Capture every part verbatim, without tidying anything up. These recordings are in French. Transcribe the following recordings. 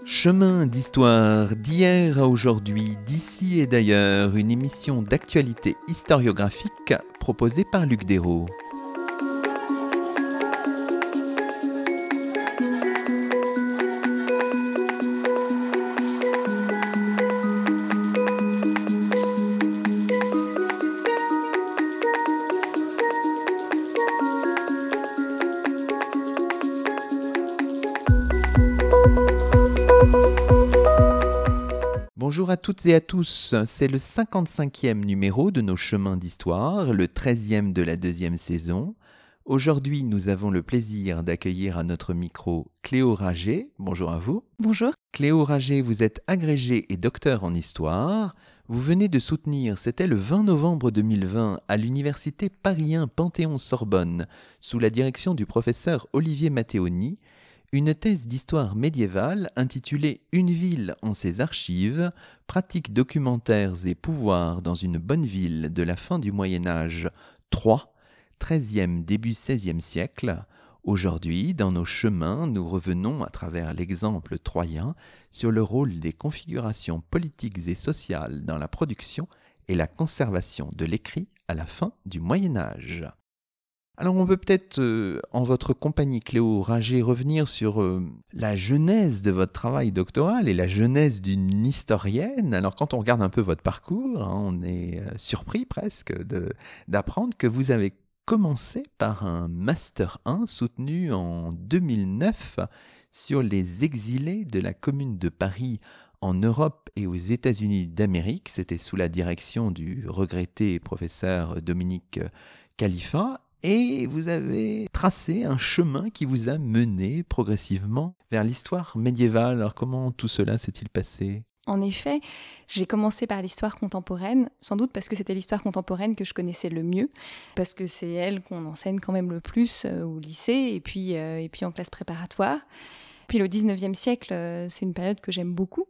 Chemin d'histoire d'hier à aujourd'hui, d'ici et d'ailleurs, une émission d'actualité historiographique proposée par Luc Dérault. Bonjour à toutes et à tous, c'est le cinquante-cinquième numéro de nos chemins d'histoire, le treizième de la deuxième saison. Aujourd'hui, nous avons le plaisir d'accueillir à notre micro Cléo Rager. Bonjour à vous. Bonjour. Cléo Rager, vous êtes agrégée et docteur en histoire. Vous venez de soutenir, c'était le vingt novembre deux mille vingt, à l'université Paris un Panthéon-Sorbonne, sous la direction du professeur Olivier Matteoni, une thèse d'histoire médiévale intitulée « Une ville en ses archives, pratiques documentaires et pouvoirs dans une bonne ville de la fin du Moyen-Âge trois, treizième début seizième siècle ». Aujourd'hui, dans nos chemins, nous revenons à travers l'exemple troyen sur le rôle des configurations politiques et sociales dans la production et la conservation de l'écrit à la fin du Moyen-Âge. Alors on peut peut-être, euh, en votre compagnie Cléo Rager, revenir sur euh, la genèse de votre travail doctoral et la genèse d'une historienne. Alors quand on regarde un peu votre parcours, hein, on est euh, surpris presque de, d'apprendre que vous avez commencé par un Master un soutenu en deux mille neuf sur les exilés de la Commune de Paris en Europe et aux États-Unis d'Amérique. C'était sous la direction du regretté professeur Dominique Khalifa. Et vous avez tracé un chemin qui vous a mené progressivement vers l'histoire médiévale. Alors comment tout cela s'est-il passé ? En effet, j'ai commencé par l'histoire contemporaine, sans doute parce que c'était l'histoire contemporaine que je connaissais le mieux, parce que c'est elle qu'on enseigne quand même le plus euh, au lycée et puis, euh, et puis en classe préparatoire. Puis le dix-neuvième siècle, euh, c'est une période que j'aime beaucoup.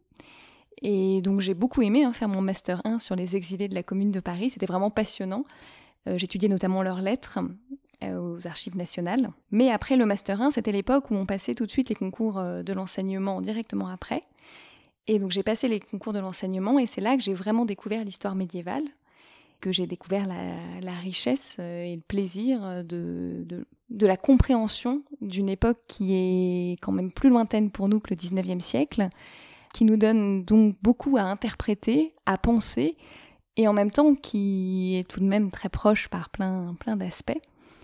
Et donc j'ai beaucoup aimé hein, faire mon Master un sur les exilés de la Commune de Paris. C'était vraiment passionnant. Euh, j'étudiais notamment leurs lettres euh, aux archives nationales. Mais après le Master un, c'était l'époque où on passait tout de suite les concours euh, de l'enseignement directement après. Et donc j'ai passé les concours de l'enseignement et c'est là que j'ai vraiment découvert l'histoire médiévale, que j'ai découvert la, la richesse euh, et le plaisir de, de, de la compréhension d'une époque qui est quand même plus lointaine pour nous que le dix-neuvième siècle, qui nous donne donc beaucoup à interpréter, à penser, et en même temps qui est tout de même très proche par plein, plein d'aspects.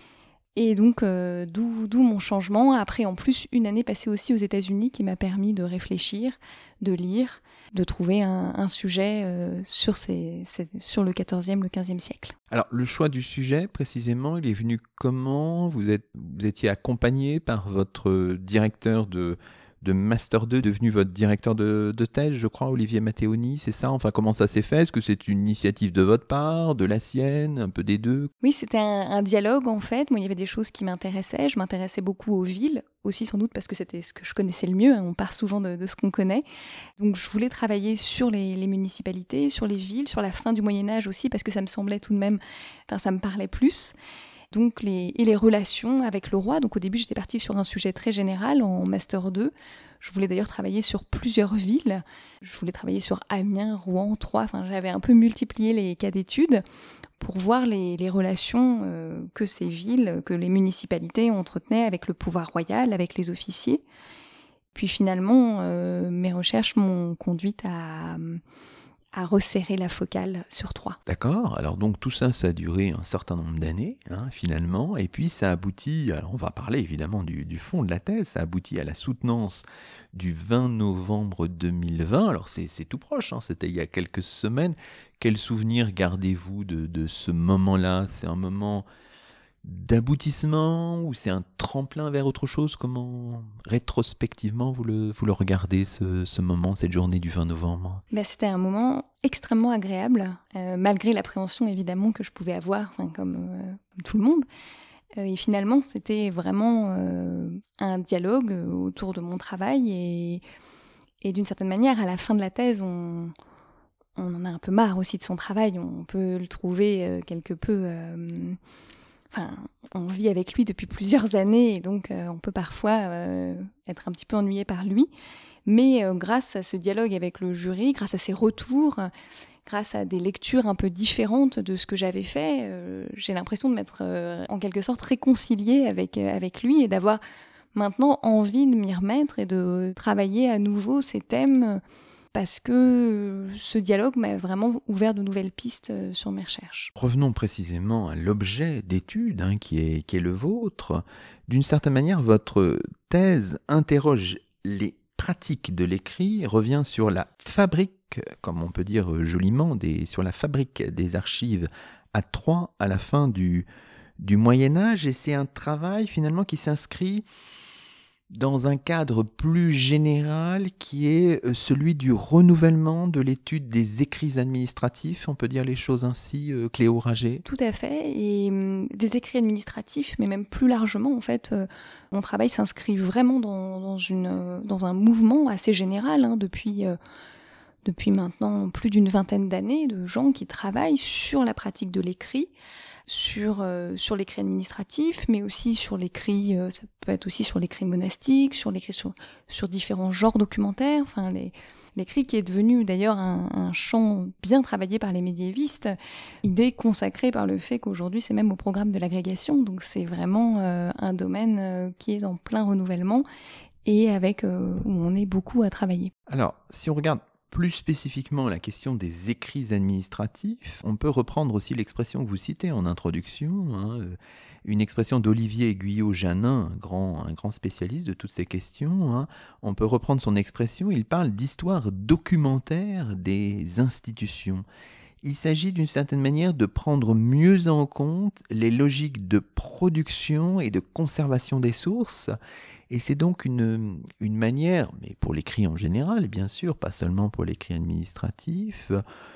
Et donc, euh, d'où, d'où mon changement. Après, en plus, une année passée aussi aux États-Unis qui m'a permis de réfléchir, de lire, de trouver un, un sujet euh, sur, ces, ces, sur le quatorzième, le quinzième siècle. Alors, le choix du sujet, précisément, il est venu comment ? Vous êtes, vous étiez accompagné par votre directeur de... de Master deux, devenu votre directeur de, de thèse, je crois, Olivier Matteoni, c'est ça ? Enfin, comment ça s'est fait ? Est-ce que c'est une initiative de votre part, de la sienne, un peu des deux ? Oui, c'était un, un dialogue, en fait. Moi, il y avait des choses qui m'intéressaient. Je m'intéressais beaucoup aux villes, aussi sans doute parce que c'était ce que je connaissais le mieux. On part souvent de, de ce qu'on connaît. Donc, je voulais travailler sur les, les municipalités, sur les villes, sur la fin du Moyen-Âge aussi, parce que ça me semblait tout de même... Enfin, ça me parlait plus. Donc les, et les relations avec le roi. Donc au début, j'étais partie sur un sujet très général en Master deux. Je voulais d'ailleurs travailler sur plusieurs villes. Je voulais travailler sur Amiens, Rouen, Troyes. Enfin, j'avais un peu multiplié les cas d'études pour voir les, les relations euh, que ces villes, que les municipalités entretenaient avec le pouvoir royal, avec les officiers. Puis finalement, euh, mes recherches m'ont conduite à... à resserrer la focale sur Troyes. D'accord, alors donc tout ça, ça a duré un certain nombre d'années, hein, finalement, et puis ça aboutit, alors on va parler évidemment du, du fond de la thèse, ça aboutit à la soutenance du vingt novembre deux mille vingt, alors c'est, c'est tout proche, hein, c'était il y a quelques semaines. Quel souvenir gardez-vous de, de ce moment-là ? C'est un moment d'aboutissement ou c'est un tremplin vers autre chose ? Comment, rétrospectivement, vous le, vous le regardez, ce, ce moment, cette journée du vingt novembre ? Ben, c'était un moment extrêmement agréable, euh, malgré l'appréhension évidemment que je pouvais avoir, enfin, comme euh, tout le monde. Euh, et finalement, c'était vraiment euh, un dialogue autour de mon travail et, et d'une certaine manière, à la fin de la thèse, on, on en a un peu marre aussi de son travail. On peut le trouver euh, quelque peu... Euh, Enfin, on vit avec lui depuis plusieurs années et donc euh, on peut parfois euh, être un petit peu ennuyé par lui. Mais euh, grâce à ce dialogue avec le jury, grâce à ses retours, grâce à des lectures un peu différentes de ce que j'avais fait, euh, j'ai l'impression de m'être euh, en quelque sorte réconciliée avec, euh, avec lui et d'avoir maintenant envie de m'y remettre et de travailler à nouveau ces thèmes parce que ce dialogue m'a vraiment ouvert de nouvelles pistes sur mes recherches. Revenons précisément à l'objet d'étude hein, qui est, qui est le vôtre. D'une certaine manière, votre thèse interroge les pratiques de l'écrit, revient sur la fabrique, comme on peut dire joliment, des, sur la fabrique des archives à Troyes à la fin du, du Moyen-Âge, et c'est un travail finalement qui s'inscrit dans un cadre plus général qui est celui du renouvellement de l'étude des écrits administratifs, on peut dire les choses ainsi, euh, Cléo Rager? Tout à fait, et euh, des écrits administratifs, mais même plus largement, en fait, euh, mon travail s'inscrit vraiment dans, dans, une, euh, dans un mouvement assez général, hein, depuis, euh, depuis maintenant plus d'une vingtaine d'années, de gens qui travaillent sur la pratique de l'écrit, sur, euh, sur l'écrit administratif, mais aussi sur l'écrit, euh, ça peut être aussi sur l'écrit monastique, sur l'écrit sur, sur différents genres documentaires, enfin les, l'écrit qui est devenu d'ailleurs un, un champ bien travaillé par les médiévistes, idée consacrée par le fait qu'aujourd'hui c'est même au programme de l'agrégation, donc c'est vraiment euh, un domaine euh, qui est en plein renouvellement et avec euh, où on est beaucoup à travailler. Alors, si on regarde plus spécifiquement la question des écrits administratifs, on peut reprendre aussi l'expression que vous citez en introduction, hein, une expression d'Olivier Guyot-Janin, un grand, un grand spécialiste de toutes ces questions. Hein. On peut reprendre son expression, il parle d'histoire documentaire des institutions. Il s'agit d'une certaine manière de prendre mieux en compte les logiques de production et de conservation des sources. Et c'est donc une, une manière, mais pour l'écrit en général, bien sûr, pas seulement pour l'écrit administratif,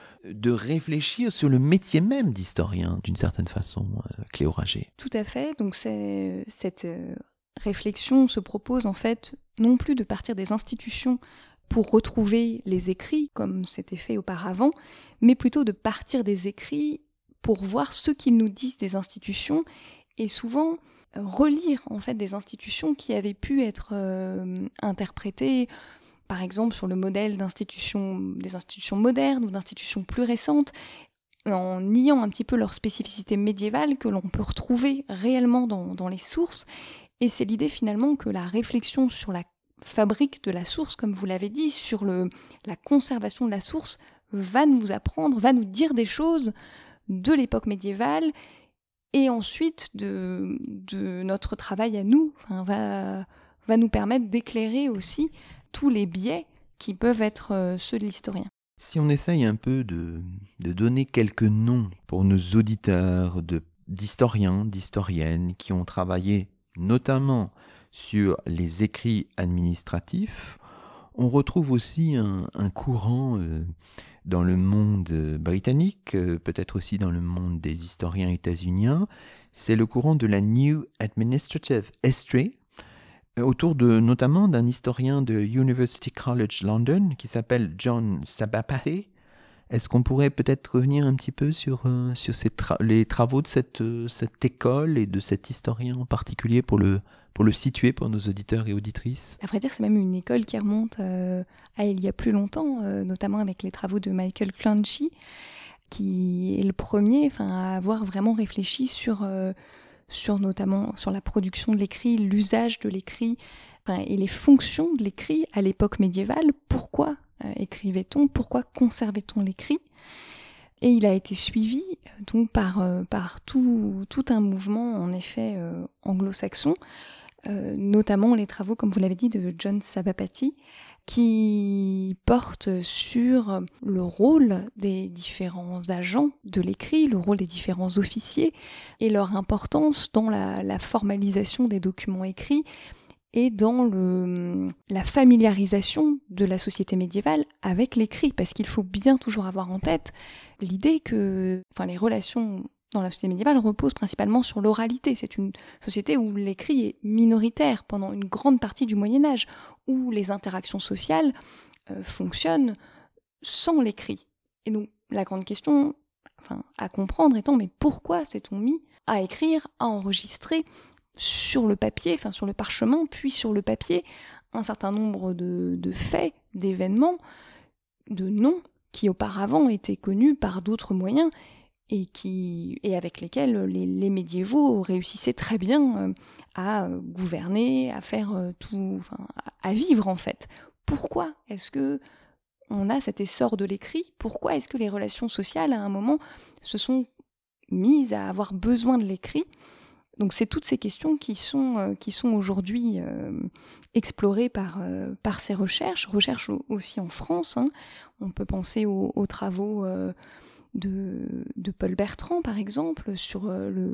de réfléchir sur le métier même d'historien, d'une certaine façon, Cléo Rager. Tout à fait. Donc c'est, cette réflexion se propose en fait non plus de partir des institutions pour retrouver les écrits, comme c'était fait auparavant, mais plutôt de partir des écrits pour voir ce qu'ils nous disent des institutions, et souvent relire en fait des institutions qui avaient pu être euh, interprétées, par exemple sur le modèle d'institutions, des institutions modernes ou d'institutions plus récentes, en niant un petit peu leur spécificité médiévale que l'on peut retrouver réellement dans, dans les sources. Et c'est l'idée finalement que la réflexion sur la fabrique de la source, comme vous l'avez dit, sur le, la conservation de la source, va nous apprendre, va nous dire des choses de l'époque médiévale, et ensuite de, de notre travail à nous, enfin, va, va nous permettre d'éclairer aussi tous les biais qui peuvent être euh, ceux de l'historien. Si on essaye un peu de, de donner quelques noms pour nos auditeurs de, d'historiens, d'historiennes qui ont travaillé notamment sur les écrits administratifs, on retrouve aussi un, un courant euh, dans le monde britannique, euh, peut-être aussi dans le monde des historiens états-uniens, c'est le courant de la New Administrative History, euh, autour de, notamment d'un historien de University College London qui s'appelle John Sabapathy. Est-ce qu'on pourrait peut-être revenir un petit peu sur, euh, sur ces tra- les travaux de cette, euh, cette école et de cet historien en particulier pour le, pour le situer pour nos auditeurs et auditrices? À vrai dire, c'est même une école qui remonte euh, à il y a plus longtemps, euh, notamment avec les travaux de Michael Clanchy, qui est le premier enfin, à avoir vraiment réfléchi sur, euh, sur notamment sur la production de l'écrit, l'usage de l'écrit enfin, et les fonctions de l'écrit à l'époque médiévale. Pourquoi euh, écrivait-on? Pourquoi conservait-on l'écrit? Et il a été suivi donc par, euh, par tout, tout un mouvement en effet euh, anglo-saxon, euh, notamment les travaux, comme vous l'avez dit, de John Sabapathy, qui portent sur le rôle des différents agents de l'écrit, le rôle des différents officiers et leur importance dans la, la formalisation des documents écrits et dans le, la familiarisation de la société médiévale avec l'écrit, parce qu'il faut bien toujours avoir en tête l'idée que enfin, les relations dans la société médiévale reposent principalement sur l'oralité. C'est une société où l'écrit est minoritaire pendant une grande partie du Moyen-Âge, où les interactions sociales euh, fonctionnent sans l'écrit. Et donc la grande question enfin, à comprendre étant, mais pourquoi s'est-on mis à écrire, à enregistrer sur le papier, enfin sur le parchemin, puis sur le papier, un certain nombre de, de faits, d'événements, de noms qui auparavant étaient connus par d'autres moyens et, qui, et avec lesquels les, les médiévaux réussissaient très bien euh, à euh, gouverner, à faire euh, tout, enfin, à vivre en fait. Pourquoi est-ce que on a cet essor de l'écrit? Pourquoi est-ce que les relations sociales, à un moment, se sont mises à avoir besoin de l'écrit? Donc c'est toutes ces questions qui sont, euh, qui sont aujourd'hui euh, explorées par, euh, par ces recherches, recherches aussi en France. Hein. On peut penser aux, aux travaux euh, de, de Paul Bertrand, par exemple, sur, euh, le,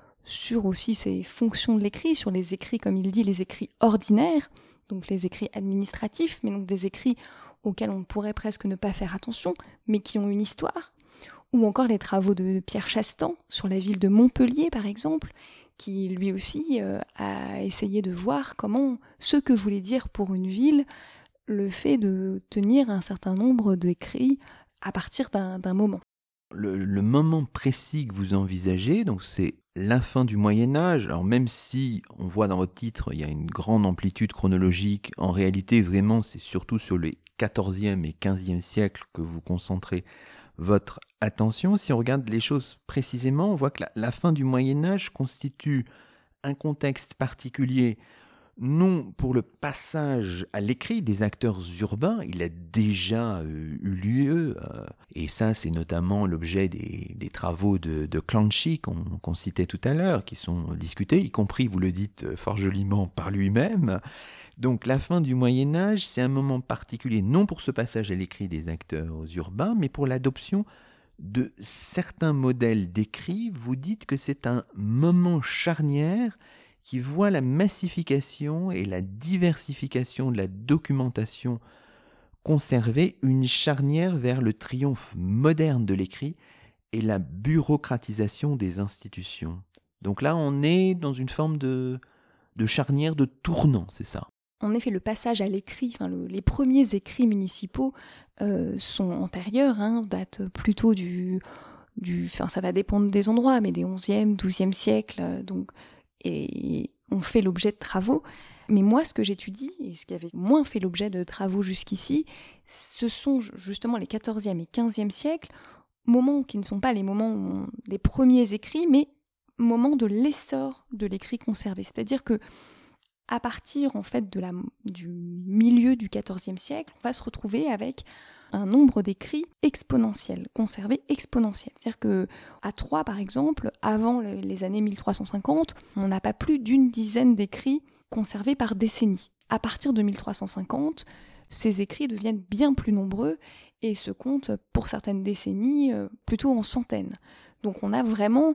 sur aussi ces fonctions de l'écrit, sur les écrits, comme il dit, les écrits ordinaires, donc les écrits administratifs, mais donc des écrits auxquels on pourrait presque ne pas faire attention, mais qui ont une histoire. Ou encore les travaux de Pierre Chastan sur la ville de Montpellier, par exemple, qui lui aussi euh, a essayé de voir comment ce que voulait dire pour une ville le fait de tenir un certain nombre d'écrits à partir d'un, d'un moment. Le, le moment précis que vous envisagez, donc c'est la fin du Moyen-Âge. Alors même si on voit dans votre titre, il y a une grande amplitude chronologique, en réalité vraiment c'est surtout sur les quatorzième et quinzième siècles que vous concentrez votre attention. Si on regarde les choses précisément, on voit que la, la fin du Moyen-Âge constitue un contexte particulier, non pour le passage à l'écrit des acteurs urbains, il a déjà euh, eu lieu, euh, et ça c'est notamment l'objet des, des travaux de, de Clancy qu'on, qu'on citait tout à l'heure, qui sont discutés, y compris, vous le dites fort joliment, par lui-même. Donc la fin du Moyen-Âge, c'est un moment particulier, non pour ce passage à l'écrit des acteurs urbains, mais pour l'adoption de certains modèles d'écrit. Vous dites que c'est un moment charnière qui voit la massification et la diversification de la documentation conservée, une charnière vers le triomphe moderne de l'écrit et la bureaucratisation des institutions. Donc là, on est dans une forme de, de charnière, de tournant, c'est ça? En effet, le passage à l'écrit, enfin, le, les premiers écrits municipaux euh, sont antérieurs, hein, datent plutôt du, du... Enfin, ça va dépendre des endroits, mais des onzième, douzième siècles, donc, et ont fait l'objet de travaux. Mais moi, ce que j'étudie, et ce qui avait moins fait l'objet de travaux jusqu'ici, ce sont justement les quatorzième et quinzième siècles, moments qui ne sont pas les moments on, des premiers écrits, mais moments de l'essor de l'écrit conservé. C'est-à-dire que à partir en fait de la, du milieu du quatorzième siècle, on va se retrouver avec un nombre d'écrits exponentiel, conservés exponentiel. C'est-à-dire qu'à Troyes, par exemple, avant les années mille trois cent cinquante, on n'a pas plus d'une dizaine d'écrits conservés par décennie. À partir de mille trois cent cinquante, ces écrits deviennent bien plus nombreux et se comptent, pour certaines décennies, plutôt en centaines. Donc on a vraiment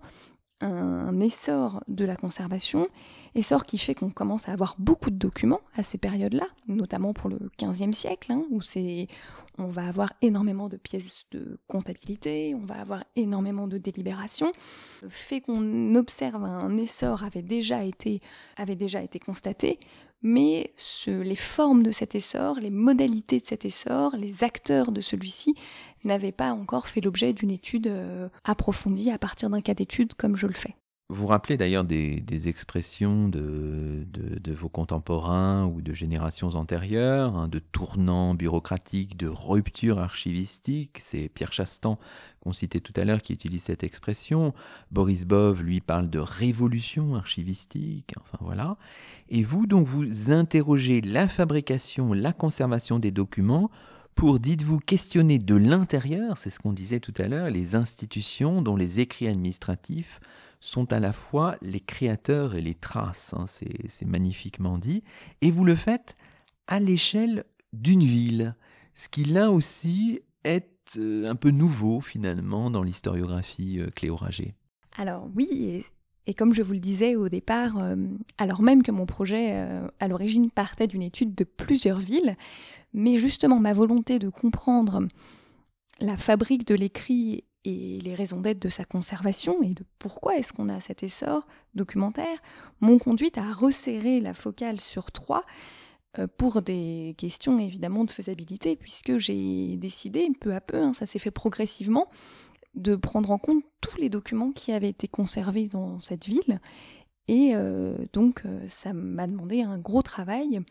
un essor de la conservation, essor qui fait qu'on commence à avoir beaucoup de documents à ces périodes-là, notamment pour le quinzième siècle, hein, où c'est, on va avoir énormément de pièces de comptabilité, on va avoir énormément de délibérations. Le fait qu'on observe un essor avait déjà été, avait déjà été constaté, mais ce, les formes de cet essor, les modalités de cet essor, les acteurs de celui-ci n'avaient pas encore fait l'objet d'une étude euh, approfondie à partir d'un cas d'étude comme je le fais. Vous rappelez d'ailleurs des, des expressions de, de, de vos contemporains ou de générations antérieures, hein, de tournants bureaucratiques, de rupture archivistique. C'est Pierre Chastan, qu'on citait tout à l'heure, qui utilise cette expression. Boris Bove, lui, parle de révolution archivistique. Enfin voilà. Et vous, donc, vous interrogez la fabrication, la conservation des documents pour, dites-vous, questionner de l'intérieur, c'est ce qu'on disait tout à l'heure, les institutions dont les écrits administratifs sont à la fois les créateurs et les traces, hein, c'est, c'est magnifiquement dit, et vous le faites à l'échelle d'une ville, ce qui là aussi est euh, un peu nouveau finalement dans l'historiographie euh, Cléo-Rager. Alors oui, et, et comme je vous le disais au départ, euh, alors même que mon projet euh, à l'origine partait d'une étude de plusieurs villes, mais justement ma volonté de comprendre la fabrique de l'écrit et les raisons d'être de sa conservation et de pourquoi est-ce qu'on a cet essor documentaire m'ont conduite à resserrer la focale sur Troyes euh, pour des questions évidemment de faisabilité, puisque j'ai décidé peu à peu, hein, ça s'est fait progressivement, de prendre en compte tous les documents qui avaient été conservés dans cette ville. Et euh, donc euh, ça m'a demandé un gros travail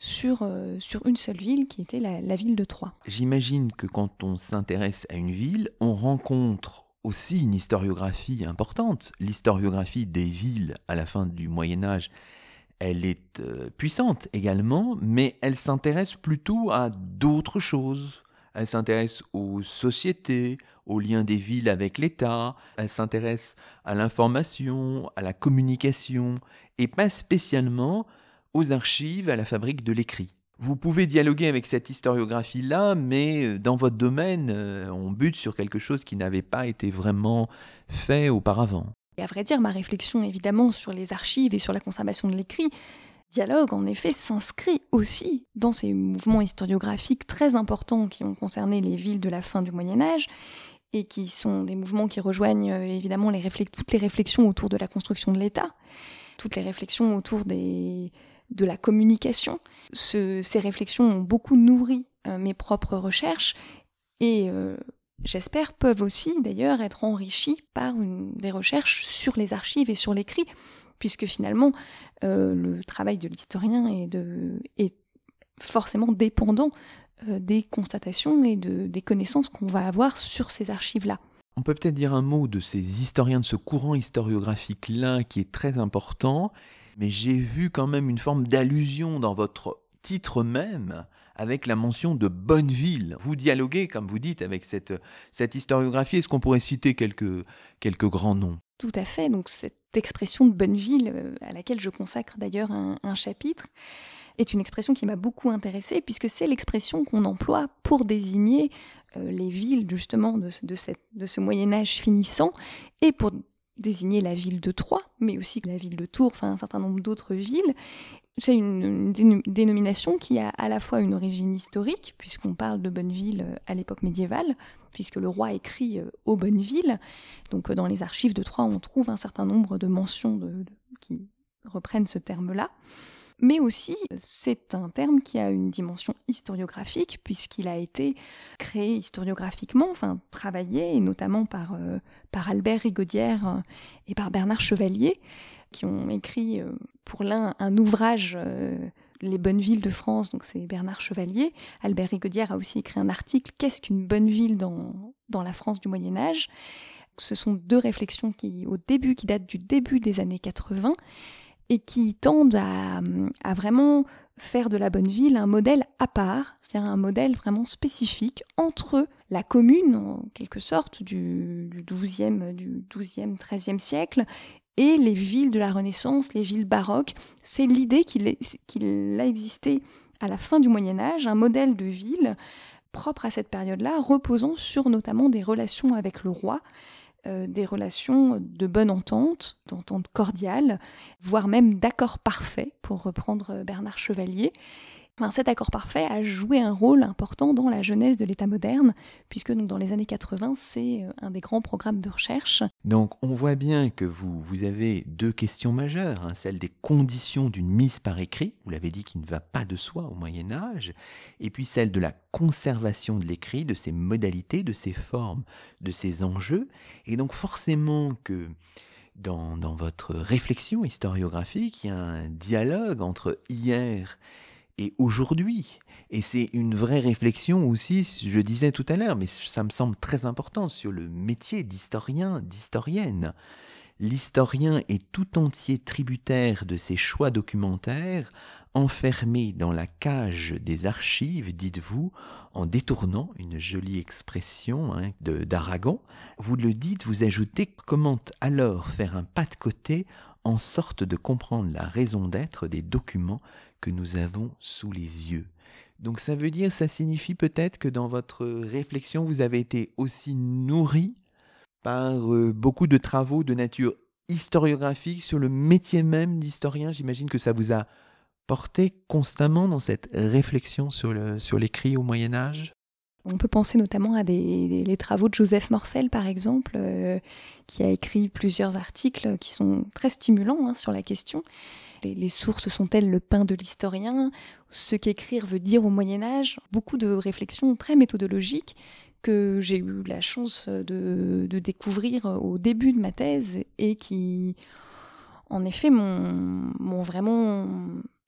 sur, euh, sur une seule ville qui était la, la ville de Troyes. J'imagine que quand on s'intéresse à une ville, on rencontre aussi une historiographie importante. L'historiographie des villes à la fin du Moyen-Âge, elle est euh, puissante également, mais elle s'intéresse plutôt à d'autres choses. Elle s'intéresse aux sociétés, aux liens des villes avec l'État, elle s'intéresse à l'information, à la communication, et pas spécialement aux archives, à la fabrique de l'écrit. Vous pouvez dialoguer avec cette historiographie-là, mais dans votre domaine, on bute sur quelque chose qui n'avait pas été vraiment fait auparavant. Et à vrai dire, ma réflexion évidemment sur les archives et sur la conservation de l'écrit, dialogue en effet s'inscrit aussi dans ces mouvements historiographiques très importants qui ont concerné les villes de la fin du Moyen-Âge et qui sont des mouvements qui rejoignent évidemment les réflex- toutes les réflexions autour de la construction de l'État, toutes les réflexions autour des... de la communication. Ce, ces réflexions ont beaucoup nourri euh, mes propres recherches et euh, j'espère peuvent aussi d'ailleurs être enrichies par une, des recherches sur les archives et sur l'écrit, puisque finalement euh, le travail de l'historien est, de, est forcément dépendant euh, des constatations et de, des connaissances qu'on va avoir sur ces archives-là. On peut peut-être dire un mot de ces historiens, de ce courant historiographique-là qui est très important, mais j'ai vu quand même une forme d'allusion dans votre titre même, avec la mention de Bonneville. Vous dialoguez, comme vous dites, avec cette, cette historiographie. Est-ce qu'on pourrait citer quelques, quelques grands noms ? Tout à fait. Donc cette expression de Bonneville, à laquelle je consacre d'ailleurs un, un chapitre, est une expression qui m'a beaucoup intéressée, puisque c'est l'expression qu'on emploie pour désigner euh, les villes justement de, de, cette, de ce Moyen-Âge finissant, et pour désigner la ville de Troyes, mais aussi la ville de Tours, enfin un certain nombre d'autres villes. C'est une, une dénomination qui a à la fois une origine historique, puisqu'on parle de Bonneville à l'époque médiévale, puisque le roi écrit aux Bonnevilles. Donc dans les archives de Troyes, on trouve un certain nombre de mentions de, de, qui reprennent ce terme-là. Mais aussi, c'est un terme qui a une dimension historiographique, puisqu'il a été créé historiographiquement, enfin travaillé, et notamment par, euh, par Albert Rigaudière et par Bernard Chevalier, qui ont écrit euh, pour l'un un ouvrage, euh, Les bonnes villes de France, donc c'est Bernard Chevalier. Albert Rigaudière a aussi écrit un article, Qu'est-ce qu'une bonne ville dans, dans la France du Moyen-Âge ? Ce sont deux réflexions qui, au début, qui datent du début des années quatre-vingts, et qui tendent à, à vraiment faire de la bonne ville un modèle à part, c'est-à-dire un modèle vraiment spécifique entre la commune, en quelque sorte, du douzième, du douzième, treizième siècle, et les villes de la Renaissance, les villes baroques. C'est l'idée qu'il, est, qu'il a existé à la fin du Moyen-Âge, un modèle de ville propre à cette période-là, reposant sur notamment des relations avec le roi, Euh, des relations de bonne entente, d'entente cordiale, voire même d'accord parfait, pour reprendre Bernard Chevalier. Enfin, cet accord parfait a joué un rôle important dans la jeunesse de l'État moderne, puisque donc, dans les années quatre-vingts, c'est un des grands programmes de recherche. Donc on voit bien que vous, vous avez deux questions majeures, hein, celle des conditions d'une mise par écrit, vous l'avez dit, qui ne va pas de soi au Moyen-Âge, et puis celle de la conservation de l'écrit, de ses modalités, de ses formes, de ses enjeux. Et donc forcément que dans, dans votre réflexion historiographique, il y a un dialogue entre hier et aujourd'hui. Et c'est une vraie réflexion aussi, je disais tout à l'heure, mais ça me semble très important, sur le métier d'historien, d'historienne. L'historien est tout entier tributaire de ses choix documentaires, enfermé dans la cage des archives, dites-vous, en détournant une jolie expression hein, de, d'Aragon. Vous le dites, vous ajoutez, comment alors faire un pas de côté en sorte de comprendre la raison d'être des documents que nous avons sous les yeux. Donc ça veut dire, ça signifie peut-être que dans votre réflexion, vous avez été aussi nourri par euh, beaucoup de travaux de nature historiographique sur le métier même d'historien. J'imagine que ça vous a porté constamment dans cette réflexion sur, le, sur l'écrit au Moyen-Âge. On peut penser notamment à des, des, les travaux de Joseph Morcel, par exemple, euh, qui a écrit plusieurs articles qui sont très stimulants hein, sur la question. Les, les sources sont-elles le pain de l'historien ? Ce qu'écrire veut dire au Moyen-Âge ? Beaucoup de réflexions très méthodologiques que j'ai eu la chance de, de découvrir au début de ma thèse et qui, en effet, m'ont, m'ont vraiment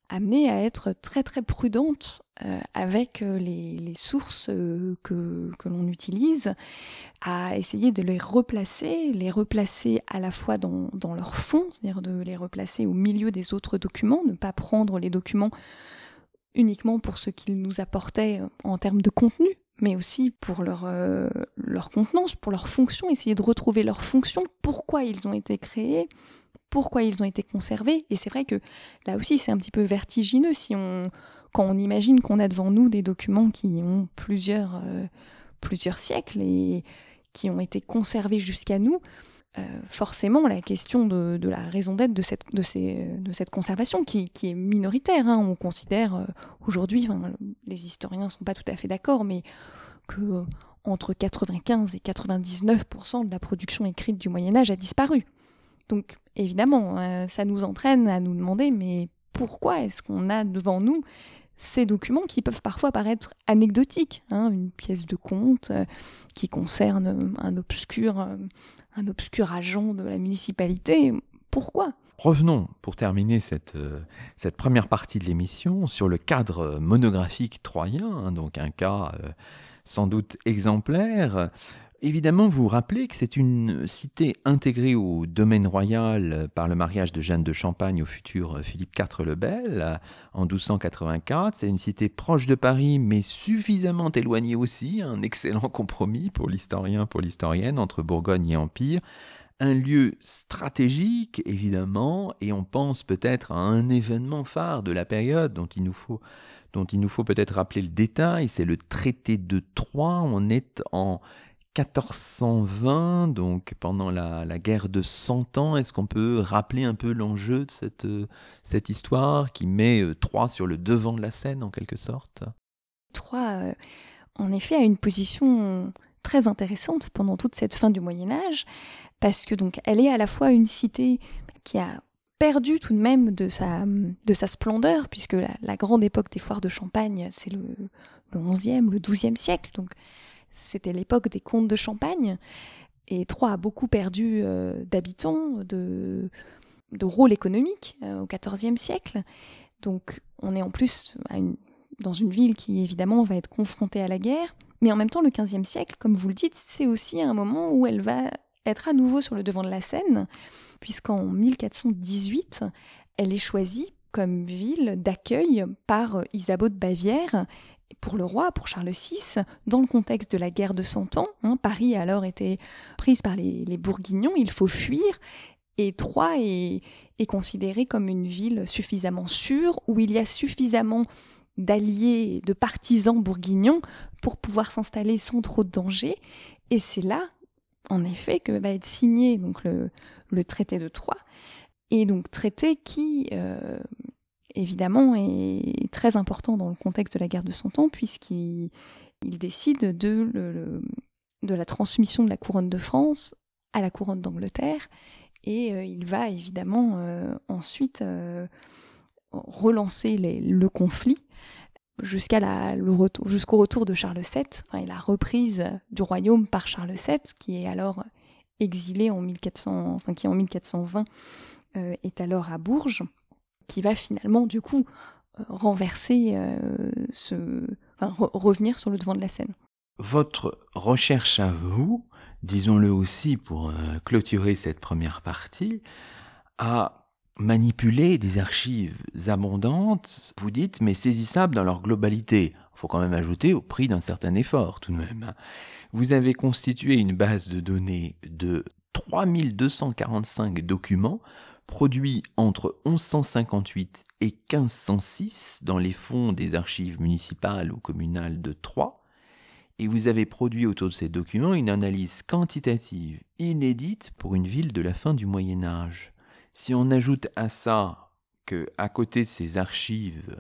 amenée à être très très prudente euh, avec les, les sources euh, que, que l'on utilise, à essayer de les replacer, les replacer à la fois dans, dans leur fond, c'est-à-dire de les replacer au milieu des autres documents, ne pas prendre les documents uniquement pour ce qu'ils nous apportaient en termes de contenu, mais aussi pour leur, euh, leur contenance, pour leur fonction, essayer de retrouver leur fonction, pourquoi ils ont été créés, pourquoi ils ont été conservés. Et c'est vrai que là aussi, c'est un petit peu vertigineux si on, quand on imagine qu'on a devant nous des documents qui ont plusieurs, euh, plusieurs siècles et qui ont été conservés jusqu'à nous. Euh, forcément, la question de, de la raison d'être de cette, de ces, de cette conservation, qui, qui est minoritaire, hein, on considère euh, aujourd'hui, enfin, les historiens ne sont pas tout à fait d'accord, mais que euh, entre quatre-vingt-quinze et quatre-vingt-dix-neuf pour cent de la production écrite du Moyen-Âge a disparu. Donc, évidemment, euh, ça nous entraîne à nous demander, mais pourquoi est-ce qu'on a devant nous ces documents qui peuvent parfois paraître anecdotiques, hein, une pièce de conte euh, qui concerne un obscur, euh, un obscur agent de la municipalité. Pourquoi ? Revenons, pour terminer cette, euh, cette première partie de l'émission, sur le cadre monographique troyen, hein, donc un cas euh, sans doute exemplaire. Évidemment, vous vous rappelez que c'est une cité intégrée au domaine royal par le mariage de Jeanne de Champagne au futur Philippe quatre le Bel en douze cent quatre-vingt-quatre. C'est une cité proche de Paris, mais suffisamment éloignée aussi, un excellent compromis pour l'historien, pour l'historienne, entre Bourgogne et Empire. Un lieu stratégique, évidemment, et on pense peut-être à un événement phare de la période dont il nous faut, dont il nous faut peut-être rappeler le détail, c'est le traité de Troyes. On est en quatorze cent vingt, donc pendant la, la guerre de Cent Ans. Est-ce qu'on peut rappeler un peu l'enjeu de cette, cette histoire qui met euh, Troyes sur le devant de la scène, en quelque sorte ? Troyes, euh, en effet, a une position très intéressante pendant toute cette fin du Moyen-Âge, parce que donc elle est à la fois une cité qui a perdu tout de même de sa, de sa splendeur, puisque la, la grande époque des foires de Champagne, c'est le, le onzième, le douzième siècle, donc c'était l'époque des comtes de Champagne, et Troyes a beaucoup perdu euh, d'habitants, de, de rôle économique euh, au quatorzième siècle. Donc on est en plus à une, dans une ville qui évidemment va être confrontée à la guerre, mais en même temps le quinzième siècle, comme vous le dites, c'est aussi un moment où elle va être à nouveau sur le devant de la scène, puisqu'en mille quatre cent dix-huit, elle est choisie comme ville d'accueil par Isabeau de Bavière, pour le roi, pour Charles six, dans le contexte de la guerre de Cent Ans. Hein, Paris a alors été prise par les, les Bourguignons, il faut fuir, et Troyes est, est considérée comme une ville suffisamment sûre, où il y a suffisamment d'alliés, de partisans bourguignons pour pouvoir s'installer sans trop de danger. Et c'est là, en effet, que va être signé donc, le, le traité de Troyes, et donc traité qui... Euh, évidemment, est très important dans le contexte de la guerre de Cent Ans, puisqu'il il décide de, le, de la transmission de la couronne de France à la couronne d'Angleterre, et euh, il va évidemment euh, ensuite euh, relancer les, le conflit jusqu'à la, le retour, jusqu'au retour de Charles sept, enfin, et la reprise du royaume par Charles sept, qui est alors exilé en mille quatre cents, enfin, qui en mille quatre cent vingt euh, est alors à Bourges, qui va finalement, du coup, euh, renverser, euh, ce... enfin, re- revenir sur le devant de la scène. Votre recherche à vous, disons-le aussi pour euh, clôturer cette première partie, a manipulé des archives abondantes, vous dites, mais saisissables dans leur globalité. Il faut quand même ajouter au prix d'un certain effort, tout de même. Vous avez constitué une base de données de trois mille deux cent quarante-cinq documents produit entre onze cent cinquante-huit et quinze cent six dans les fonds des archives municipales ou communales de Troyes, et vous avez produit autour de ces documents une analyse quantitative inédite pour une ville de la fin du Moyen-Âge. Si on ajoute à ça que, à côté de ces archives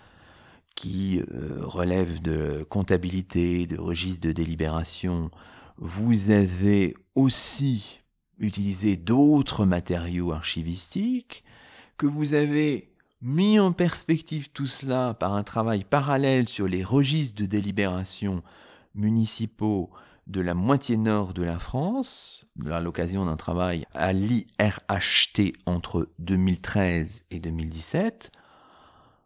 qui euh, relèvent de comptabilité, de registre de délibération, vous avez aussi utiliser d'autres matériaux archivistiques, que vous avez mis en perspective tout cela par un travail parallèle sur les registres de délibération municipaux de la moitié nord de la France, à l'occasion d'un travail à l'I R H T entre deux mille treize et deux mille dix-sept.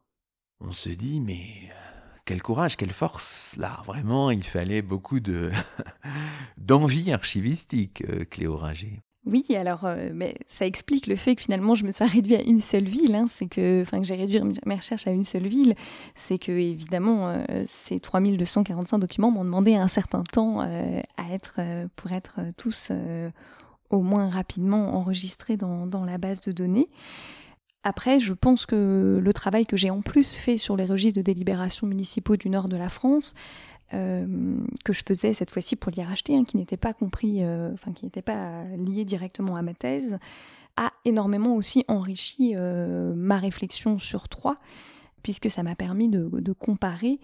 se dit, mais quel courage, quelle force. Là, vraiment, il fallait beaucoup de d'envie archivistique, euh, Cléo Rager. Oui, alors euh, mais ça explique le fait que finalement je me sois réduite à une seule ville, hein, c'est que, enfin que j'ai réduit mes recherches à une seule ville, c'est que évidemment euh, ces trois mille deux cent quarante-cinq documents m'ont demandé un certain temps euh, à être, euh, pour être tous euh, au moins rapidement enregistrés dans, dans la base de données. Après, je pense que le travail que j'ai en plus fait sur les registres de délibération municipaux du nord de la France, Euh, que je faisais cette fois-ci pour l'I R H T, hein, qui n'était pas compris, euh, enfin qui n'était pas lié directement à ma thèse, a énormément aussi enrichi euh, ma réflexion sur Troyes, puisque ça m'a permis de, de comparer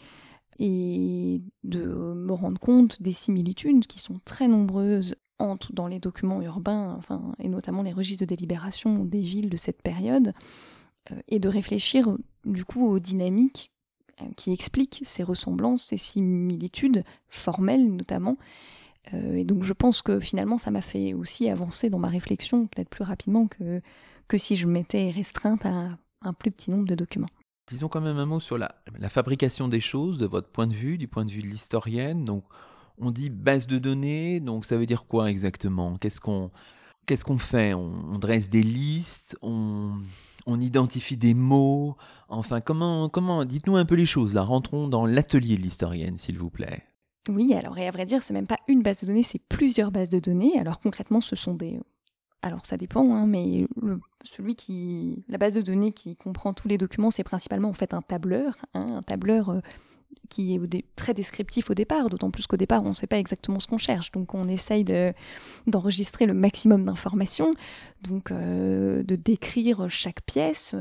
et de me rendre compte des similitudes qui sont très nombreuses entre, dans les documents urbains, enfin, et notamment les registres de délibération des villes de cette période, euh, et de réfléchir du coup aux dynamiques qui explique ces ressemblances, ces similitudes formelles notamment. Euh, et donc je pense que finalement ça m'a fait aussi avancer dans ma réflexion peut-être plus rapidement que, que si je m'étais restreinte à un plus petit nombre de documents. Disons quand même un mot sur la, la fabrication des choses, de votre point de vue, du point de vue de l'historienne. Donc on dit base de données, donc ça veut dire quoi exactement ? Qu'est-ce qu'on, qu'est-ce qu'on fait ? on, on dresse des listes, on... On identifie des mots, enfin, comment, comment, dites-nous un peu les choses, là, rentrons dans l'atelier de l'historienne, s'il vous plaît. Oui, alors, et à vrai dire, c'est même pas une base de données, c'est plusieurs bases de données. Alors, concrètement, ce sont des... Alors, ça dépend, hein, mais le, celui qui... La base de données qui comprend tous les documents, c'est principalement, en fait, un tableur, hein, un tableur... Euh, qui est au dé- très descriptif au départ, d'autant plus qu'au départ, on ne sait pas exactement ce qu'on cherche. Donc, on essaye de, d'enregistrer le maximum d'informations, donc euh, de décrire chaque pièce,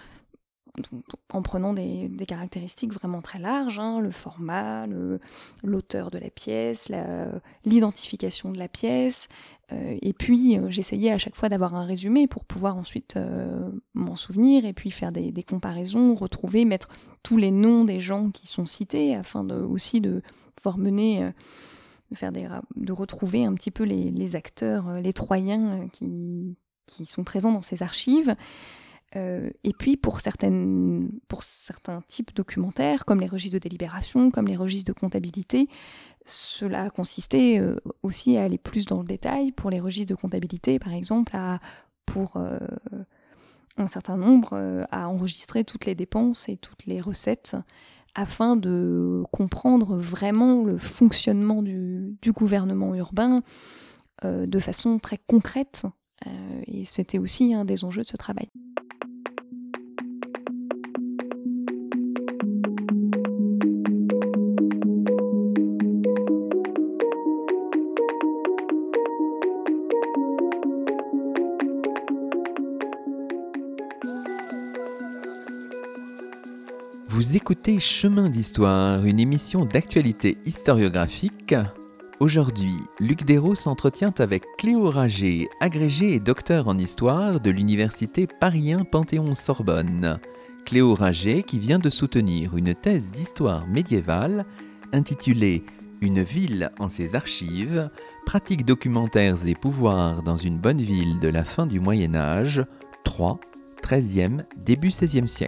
donc, en prenant des, des caractéristiques vraiment très larges, hein, le format, le, l'auteur de la pièce, la, l'identification de la pièce, euh, et puis euh, j'essayais à chaque fois d'avoir un résumé pour pouvoir ensuite euh, m'en souvenir et puis faire des, des comparaisons, retrouver, mettre tous les noms des gens qui sont cités afin de, aussi de pouvoir mener, euh, de, faire des, de retrouver un petit peu les, les acteurs, euh, les Troyens euh, qui, qui sont présents dans ces archives. Euh, et puis pour, certaines, pour certains types documentaires, comme les registres de délibération, comme les registres de comptabilité, cela a consisté euh, aussi à aller plus dans le détail. Pour les registres de comptabilité, par exemple, à, pour euh, un certain nombre, euh, à enregistrer toutes les dépenses et toutes les recettes afin de comprendre vraiment le fonctionnement du, du gouvernement urbain euh, de façon très concrète. Euh, et c'était aussi un des enjeux de ce travail. Vous écoutez Chemin d'Histoire, une émission d'actualité historiographique. Aujourd'hui, Luc Dérault s'entretient avec Cléo Rager, agrégée et docteur en histoire de l'université Paris un Panthéon-Sorbonne. Cléo Rager qui vient de soutenir une thèse d'histoire médiévale intitulée « Une ville en ses archives, pratiques documentaires et pouvoirs dans une bonne ville de la fin du Moyen-Âge, Troyes, treizième, début seizième siècle ».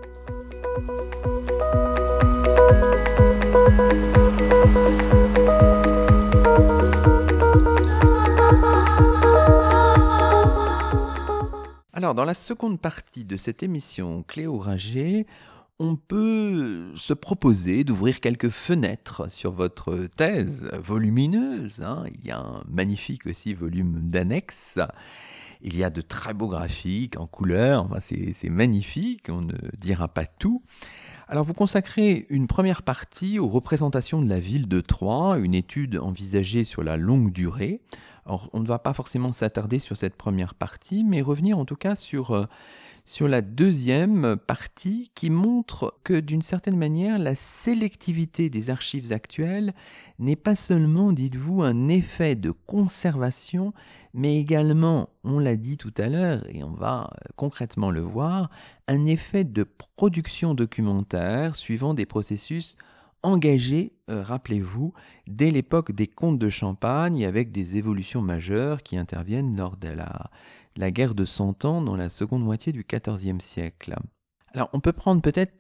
Alors, dans la seconde partie de cette émission, Cléo Rager, on peut se proposer d'ouvrir quelques fenêtres sur votre thèse volumineuse. Hein. Il y a un magnifique aussi volume d'annexes. Il y a de très beaux graphiques en couleur. Enfin, c'est, c'est magnifique, on ne dira pas tout. Alors, vous consacrez une première partie aux représentations de la ville de Troyes, une étude envisagée sur la longue durée. Alors, on ne va pas forcément s'attarder sur cette première partie, mais revenir en tout cas sur, euh, sur la deuxième partie qui montre que d'une certaine manière, la sélectivité des archives actuelles n'est pas seulement, dites-vous, un effet de conservation, mais également, on l'a dit tout à l'heure, et on va concrètement le voir, un effet de production documentaire suivant des processus engagés, euh, rappelez-vous, dès l'époque des comtes de Champagne, avec des évolutions majeures qui interviennent lors de la, la guerre de Cent Ans dans la seconde moitié du quatorzième siècle. Alors, on peut prendre peut-être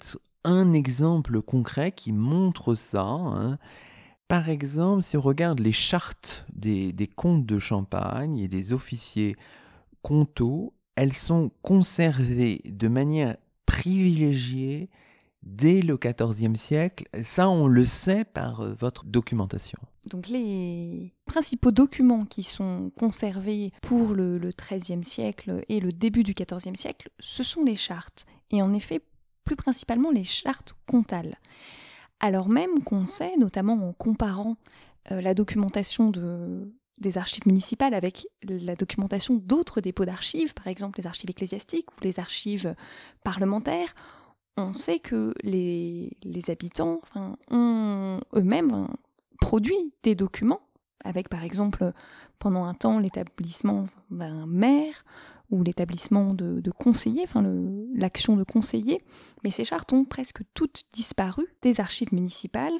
un exemple concret qui montre ça. Hein. Par exemple, si on regarde les chartes des, des comtes de Champagne et des officiers comtaux, elles sont conservées de manière privilégiée dès le quatorzième siècle. Ça, on le sait par euh, votre documentation. Donc les principaux documents qui sont conservés pour le, le treizième siècle et le début du quatorzième siècle, ce sont les chartes. Et en effet, plus principalement les chartes comtales. Alors même qu'on sait, notamment en comparant euh, la documentation de, des archives municipales avec la documentation d'autres dépôts d'archives, par exemple les archives ecclésiastiques ou les archives parlementaires, on sait que les, les habitants enfin, ont eux-mêmes hein, produit des documents, avec par exemple pendant un temps l'établissement d'un maire ou l'établissement de, de conseillers, enfin le, l'action de conseiller, mais ces chartes ont presque toutes disparu des archives municipales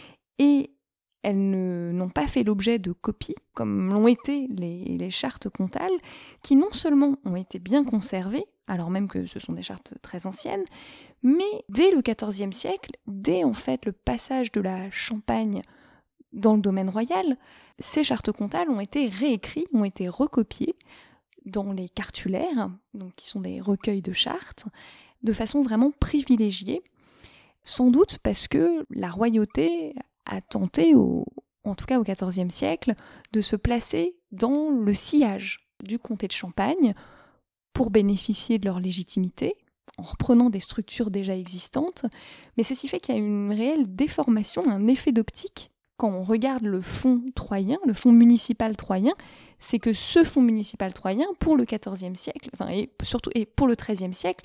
et elles ne, n'ont pas fait l'objet de copies, comme l'ont été les, les chartes comtales, qui non seulement ont été bien conservées, alors même que ce sont des chartes très anciennes, mais dès le quatorzième siècle, dès en fait le passage de la Champagne dans le domaine royal, ces chartes comtales ont été réécrites, ont été recopiées dans les cartulaires, donc qui sont des recueils de chartes, de façon vraiment privilégiée, sans doute parce que la royauté a tenté, au, en tout cas au quatorzième siècle, de se placer dans le sillage du comté de Champagne pour bénéficier de leur légitimité, en reprenant des structures déjà existantes, mais ceci fait qu'il y a une réelle déformation, un effet d'optique. Quand on regarde le fonds troyen, le fonds municipal troyen, c'est que ce fonds municipal troyen, pour le quatorzième siècle, enfin, et surtout et pour le treizième siècle,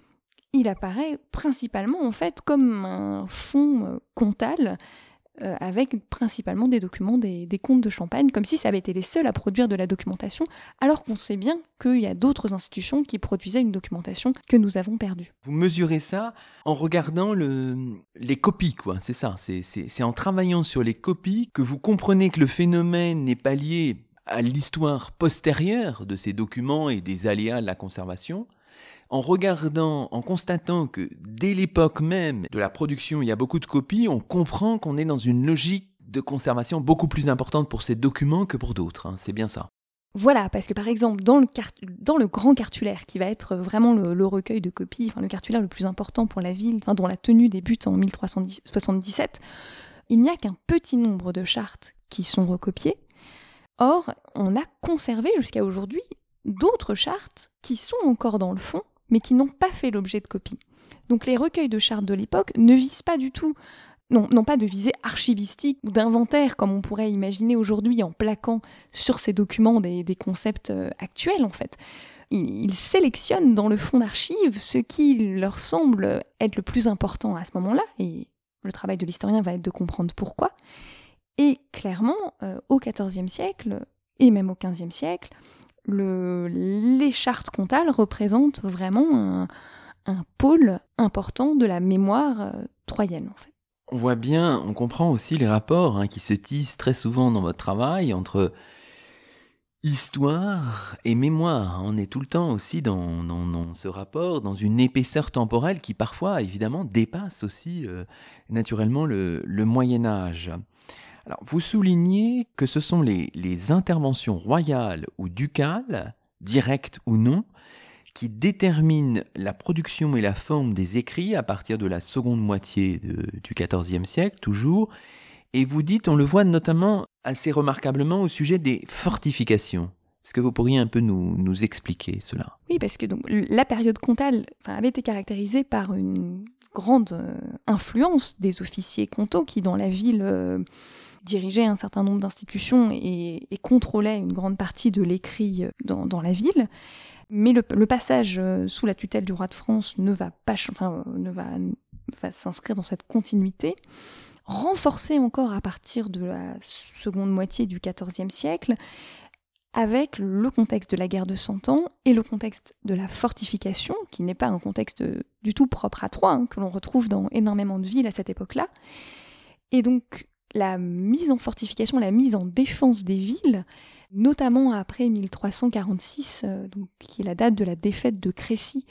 il apparaît principalement en fait comme un fonds comtal euh, avec principalement des documents des, des comtes de Champagne, comme si ça avait été les seuls à produire de la documentation, alors qu'on sait bien qu'il y a d'autres institutions qui produisaient une documentation que nous avons perdue. Vous mesurez ça en regardant le, les copies, quoi. C'est ça, c'est, c'est, c'est en travaillant sur les copies que vous comprenez que le phénomène n'est pas lié à l'histoire postérieure de ces documents et des aléas de la conservation, en regardant, en constatant que dès l'époque même de la production, il y a beaucoup de copies, on comprend qu'on est dans une logique de conservation beaucoup plus importante pour ces documents que pour d'autres. Hein. C'est bien ça. Voilà, parce que par exemple, dans le, car- dans le grand cartulaire, qui va être vraiment le, le recueil de copies, enfin le cartulaire le plus important pour la ville, enfin, dont la tenue débute en mille trois cent soixante-dix-sept, il n'y a qu'un petit nombre de chartes qui sont recopiées. Or, on a conservé jusqu'à aujourd'hui d'autres chartes qui sont encore dans le fond, mais qui n'ont pas fait l'objet de copies. Donc les recueils de chartes de l'époque ne visent pas du tout, non, n'ont pas de visée archivistique ou d'inventaire comme on pourrait imaginer aujourd'hui en plaquant sur ces documents des, des concepts euh, actuels en fait. Ils, ils sélectionnent dans le fond d'archives ce qui leur semble être le plus important à ce moment-là, et le travail de l'historien va être de comprendre pourquoi. Et clairement, euh, au quatorzième siècle, et même au quinzième siècle, Le, les chartes comtales représentent vraiment un, un pôle important de la mémoire euh, troyenne, en fait. On voit bien, on comprend aussi les rapports hein, qui se tissent très souvent dans votre travail entre histoire et mémoire. On est tout le temps aussi dans, dans, dans ce rapport, dans une épaisseur temporelle qui parfois, évidemment, dépasse aussi euh, naturellement le, le Moyen-Âge. Alors, vous soulignez que ce sont les, les interventions royales ou ducales, directes ou non, qui déterminent la production et la forme des écrits à partir de la seconde moitié de, du quatorzième siècle, toujours. Et vous dites, on le voit notamment assez remarquablement au sujet des fortifications. Est-ce que vous pourriez un peu nous, nous expliquer cela ? Oui, parce que donc, la période comtale enfin, avait été caractérisée par une grande euh, influence des officiers comtaux qui, dans la ville... Euh, dirigeait un certain nombre d'institutions et, et contrôlait une grande partie de l'écrit dans, dans la ville. Mais le, le passage sous la tutelle du roi de France ne va pas, enfin, ne va, va s'inscrire dans cette continuité, renforcée encore à partir de la seconde moitié du quatorzième siècle, avec le contexte de la guerre de Cent Ans et le contexte de la fortification, qui n'est pas un contexte du tout propre à Troyes, hein, que l'on retrouve dans énormément de villes à cette époque-là. Et donc, la mise en fortification, la mise en défense des villes, notamment après mille trois cent quarante-six, euh, donc, qui est la date de la défaite de Crécy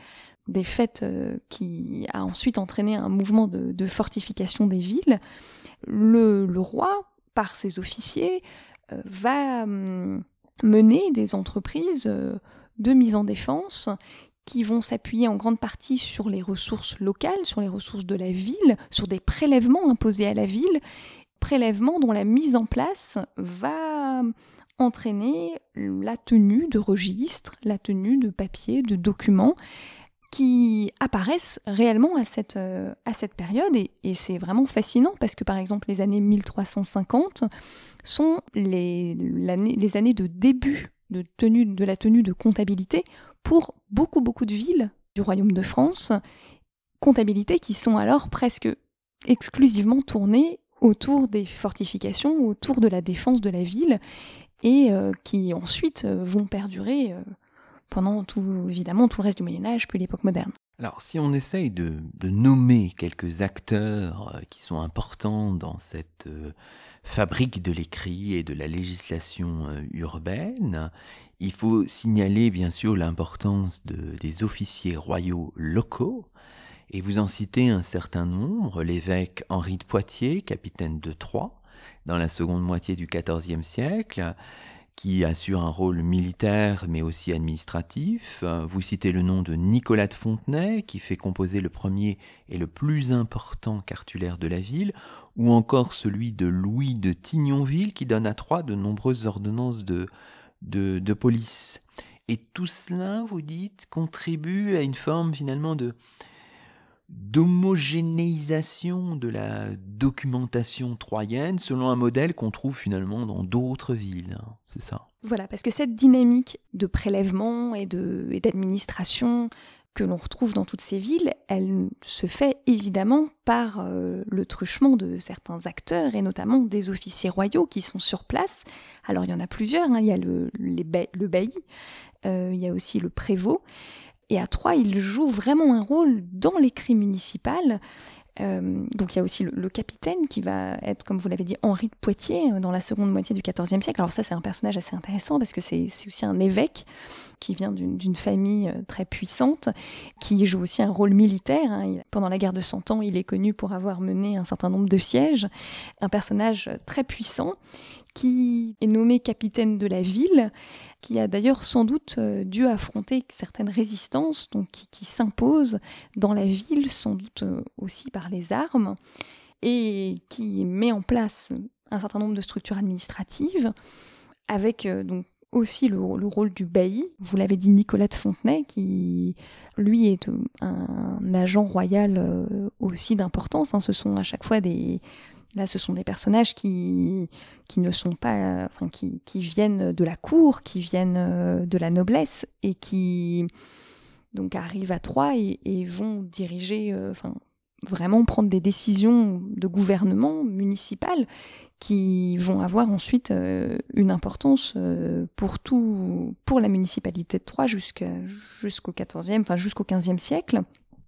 des faits euh, qui a ensuite entraîné un mouvement de, de fortification des villes, le, le roi, par ses officiers, euh, va euh, mener des entreprises euh, de mise en défense qui vont s'appuyer en grande partie sur les ressources locales, sur les ressources de la ville, sur des prélèvements imposés à la ville, prélèvements dont la mise en place va entraîner la tenue de registres, la tenue de papiers, de documents qui apparaissent réellement à cette, euh, à cette période. Et, et c'est vraiment fascinant parce que, par exemple, les années mille trois cent cinquante sont les, les années de début de, tenue, de la tenue de comptabilité pour beaucoup, beaucoup de villes du Royaume de France, comptabilités qui sont alors presque exclusivement tournées autour des fortifications, autour de la défense de la ville, et euh, qui ensuite euh, vont perdurer euh, pendant tout, évidemment tout le reste du Moyen-Âge, puis l'époque moderne. Alors, si on essaye de, de nommer quelques acteurs euh, qui sont importants dans cette euh, fabrique de l'écrit et de la législation euh, urbaine, il faut signaler bien sûr l'importance de, des officiers royaux locaux, et vous en citez un certain nombre: l'évêque Henri de Poitiers, capitaine de Troyes, dans la seconde moitié du quatorzième siècle, qui assure un rôle militaire mais aussi administratif. Vous citez le nom de Nicolas de Fontenay, qui fait composer le premier et le plus important cartulaire de la ville, ou encore celui de Louis de Tignonville, qui donne à Troyes de nombreuses ordonnances de, de, de police. Et tout cela, vous dites, contribue à une forme finalement de d'homogénéisation de la documentation troyenne selon un modèle qu'on trouve finalement dans d'autres villes, hein, c'est ça? Voilà, parce que cette dynamique de prélèvement et, de, et d'administration que l'on retrouve dans toutes ces villes, elle se fait évidemment par euh, le truchement de certains acteurs, et notamment des officiers royaux qui sont sur place. Alors il y en a plusieurs, hein. Il y a le, les ba- le bailli, euh, il y a aussi le prévôt. Et à Troyes, il joue vraiment un rôle dans l'écrit municipal. Euh, donc il y a aussi le, le capitaine qui va être, comme vous l'avez dit, Henri de Poitiers, dans la seconde moitié du quatorzième siècle. Alors ça, c'est un personnage assez intéressant parce que c'est, c'est aussi un évêque qui vient d'une, d'une famille très puissante, qui joue aussi un rôle militaire, hein. Il, pendant la guerre de Cent Ans, il est connu pour avoir mené un certain nombre de sièges. Un personnage très puissant qui est nommé capitaine de la ville, qui a d'ailleurs sans doute euh, dû affronter certaines résistances, donc qui, qui s'imposent dans la ville, sans doute euh, aussi par les armes, et qui met en place un certain nombre de structures administratives, avec euh, donc aussi le, le rôle du bailli. Vous l'avez dit, Nicolas de Fontenay, qui lui est euh, un agent royal euh, aussi d'importance, hein. Ce sont à chaque fois des... Là, ce sont des personnages qui, qui ne sont pas, enfin, qui, qui viennent de la cour, qui viennent de la noblesse et qui donc arrivent à Troyes et, et vont diriger, euh, enfin, vraiment prendre des décisions de gouvernement municipal qui vont avoir ensuite euh, une importance euh, pour tout, pour la municipalité de Troyes jusqu'à, jusqu'au quatorzième, enfin jusqu'au quinzième siècle.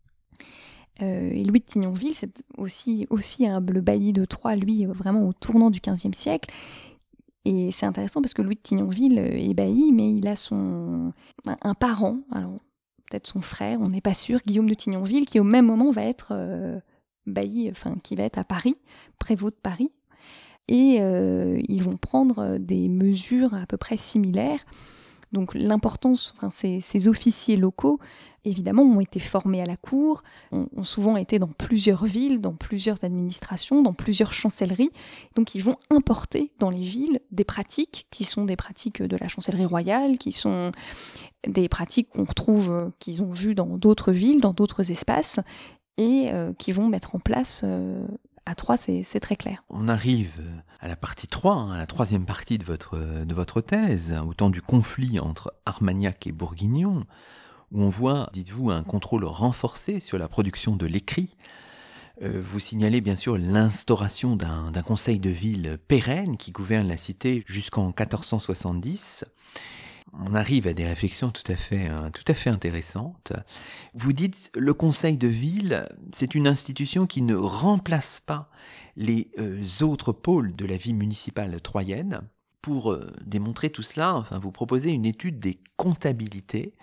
Euh, et Louis de Tignonville, c'est aussi, aussi hein, le bailli de Troyes, lui, vraiment au tournant du quinzième siècle. Et c'est intéressant parce que Louis de Tignonville est bailli, mais il a son, un, un parent, alors peut-être son frère, on n'est pas sûr, Guillaume de Tignonville, qui au même moment va être euh, bailli, enfin qui va être à Paris, prévôt de Paris. Et euh, ils vont prendre des mesures à peu près similaires. Donc l'importance, enfin, ces, ces officiers locaux, évidemment, ont été formés à la cour, ont, ont souvent été dans plusieurs villes, dans plusieurs administrations, dans plusieurs chancelleries. Donc ils vont importer dans les villes des pratiques qui sont des pratiques de la chancellerie royale, qui sont des pratiques qu'on retrouve, qu'ils ont vues dans d'autres villes, dans d'autres espaces, et euh, qui vont mettre en place... Euh, À Troyes, c'est, c'est très clair. On arrive à la partie trois, hein, à la troisième partie de votre, de votre thèse, au temps du conflit entre Armagnac et Bourguignon, où on voit, dites-vous, un contrôle renforcé sur la production de l'écrit. Euh, vous signalez bien sûr l'instauration d'un, d'un conseil de ville pérenne qui gouverne la cité jusqu'en quatorze cent soixante-dix. On arrive à des réflexions tout à fait, hein, tout à fait intéressantes. Vous dites, le conseil de ville, c'est une institution qui ne remplace pas les euh, autres pôles de la vie municipale troyenne. Pour euh, démontrer tout cela, enfin, vous proposez une étude des comptabilités.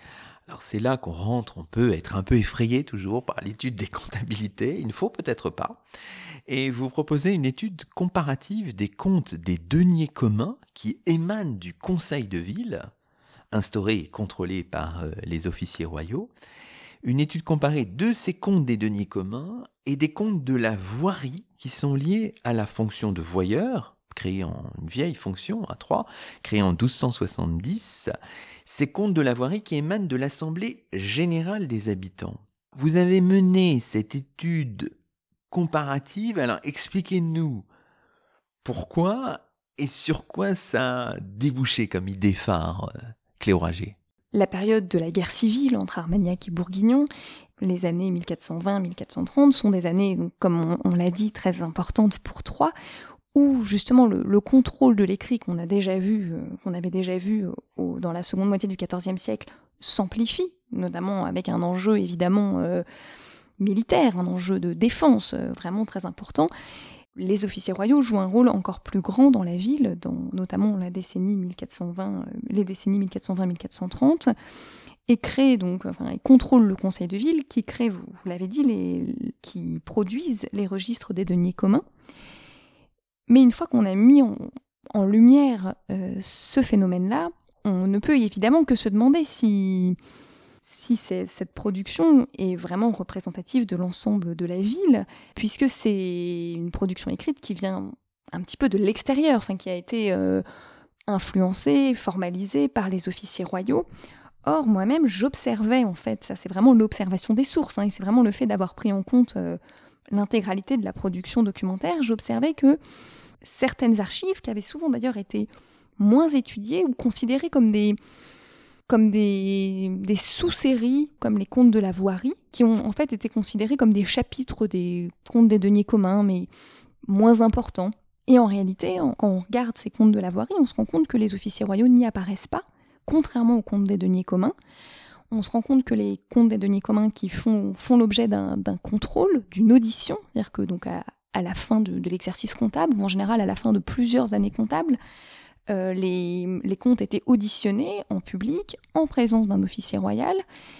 Alors c'est là qu'on rentre, on peut être un peu effrayé toujours par l'étude des comptabilités, il ne faut peut-être pas. Et vous proposez une étude comparative des comptes des deniers communs qui émanent du conseil de ville, instauré et contrôlé par euh, les officiers royaux. Une étude comparée de ces comptes des deniers communs et des comptes de la voirie qui sont liés à la fonction de voyeur, créée en une vieille fonction à Troyes, créée en douze cent soixante-dix, ces comptes de la voirie qui émanent de l'Assemblée générale des habitants. Vous avez mené cette étude comparative, alors expliquez-nous pourquoi et sur quoi ça a débouché comme idée phare, Cléo Rager. La période de la guerre civile entre Armagnac et Bourguignon, les années mille quatre cent vingt à mille quatre cent trente, sont des années, donc, comme on, on l'a dit, très importantes pour Troyes, où justement le, le contrôle de l'écrit qu'on a déjà vu, euh, qu'on avait déjà vu au, dans la seconde moitié du quatorzième siècle s'amplifie, notamment avec un enjeu évidemment euh, militaire, un enjeu de défense euh, vraiment très important. Les officiers royaux jouent un rôle encore plus grand dans la ville, dans notamment la décennie mille quatre cent vingt, les décennies mille quatre cent vingt à mille quatre cent trente, et créent donc, enfin, ils contrôlent le conseil de ville, qui crée, vous, vous l'avez dit, les, qui produisent les registres des deniers communs. Mais une fois qu'on a mis en, en lumière euh, ce phénomène-là, on ne peut évidemment que se demander si, si cette production est vraiment représentative de l'ensemble de la ville, puisque c'est une production écrite qui vient un petit peu de l'extérieur, enfin, qui a été euh, influencée, formalisée par les officiers royaux. Or, moi-même, j'observais, en fait, ça c'est vraiment l'observation des sources, hein, et c'est vraiment le fait d'avoir pris en compte euh, l'intégralité de la production documentaire, j'observais que certaines archives, qui avaient souvent d'ailleurs été moins étudiées ou considérées comme des, comme des, des sous-séries, comme les contes de la voirie, qui ont en fait été considérés comme des chapitres des contes des deniers communs, mais moins importants. Et en réalité, quand on regarde ces contes de la voirie, on se rend compte que les officiers royaux n'y apparaissent pas, contrairement aux contes des deniers communs. On se rend compte que les comptes des deniers communs qui font, font l'objet d'un, d'un contrôle, d'une audition, c'est-à-dire que donc à, à la fin de, de l'exercice comptable, ou en général à la fin de plusieurs années comptables, euh, les, les comptes étaient auditionnés en public, en présence d'un officier royal,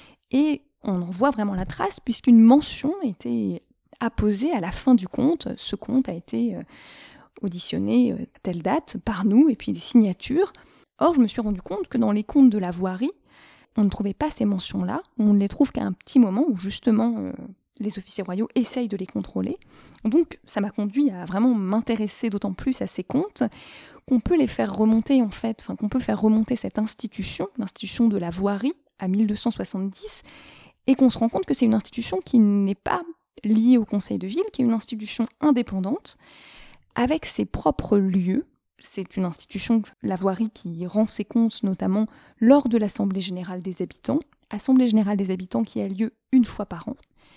et on en voit vraiment la trace, puisqu'une mention était apposée à la fin du compte. Ce compte a été euh, auditionné euh, à telle date par nous, et puis des signatures. Or, je me suis rendu compte que dans les comptes de la voirie, on ne trouvait pas ces mentions-là, on ne les trouve qu'à un petit moment où justement euh, les officiers royaux essayent de les contrôler. Donc ça m'a conduit à vraiment m'intéresser d'autant plus à ces comptes qu'on peut les faire remonter en fait, enfin qu'on peut faire remonter cette institution, l'institution de la voirie à mille deux cent soixante-dix, et qu'on se rend compte que c'est une institution qui n'est pas liée au conseil de ville, qui est une institution indépendante, avec ses propres lieux. C'est une institution, la voirie, qui rend ses comptes notamment lors de l'Assemblée générale des habitants. Assemblée générale des habitants qui a lieu une fois par an,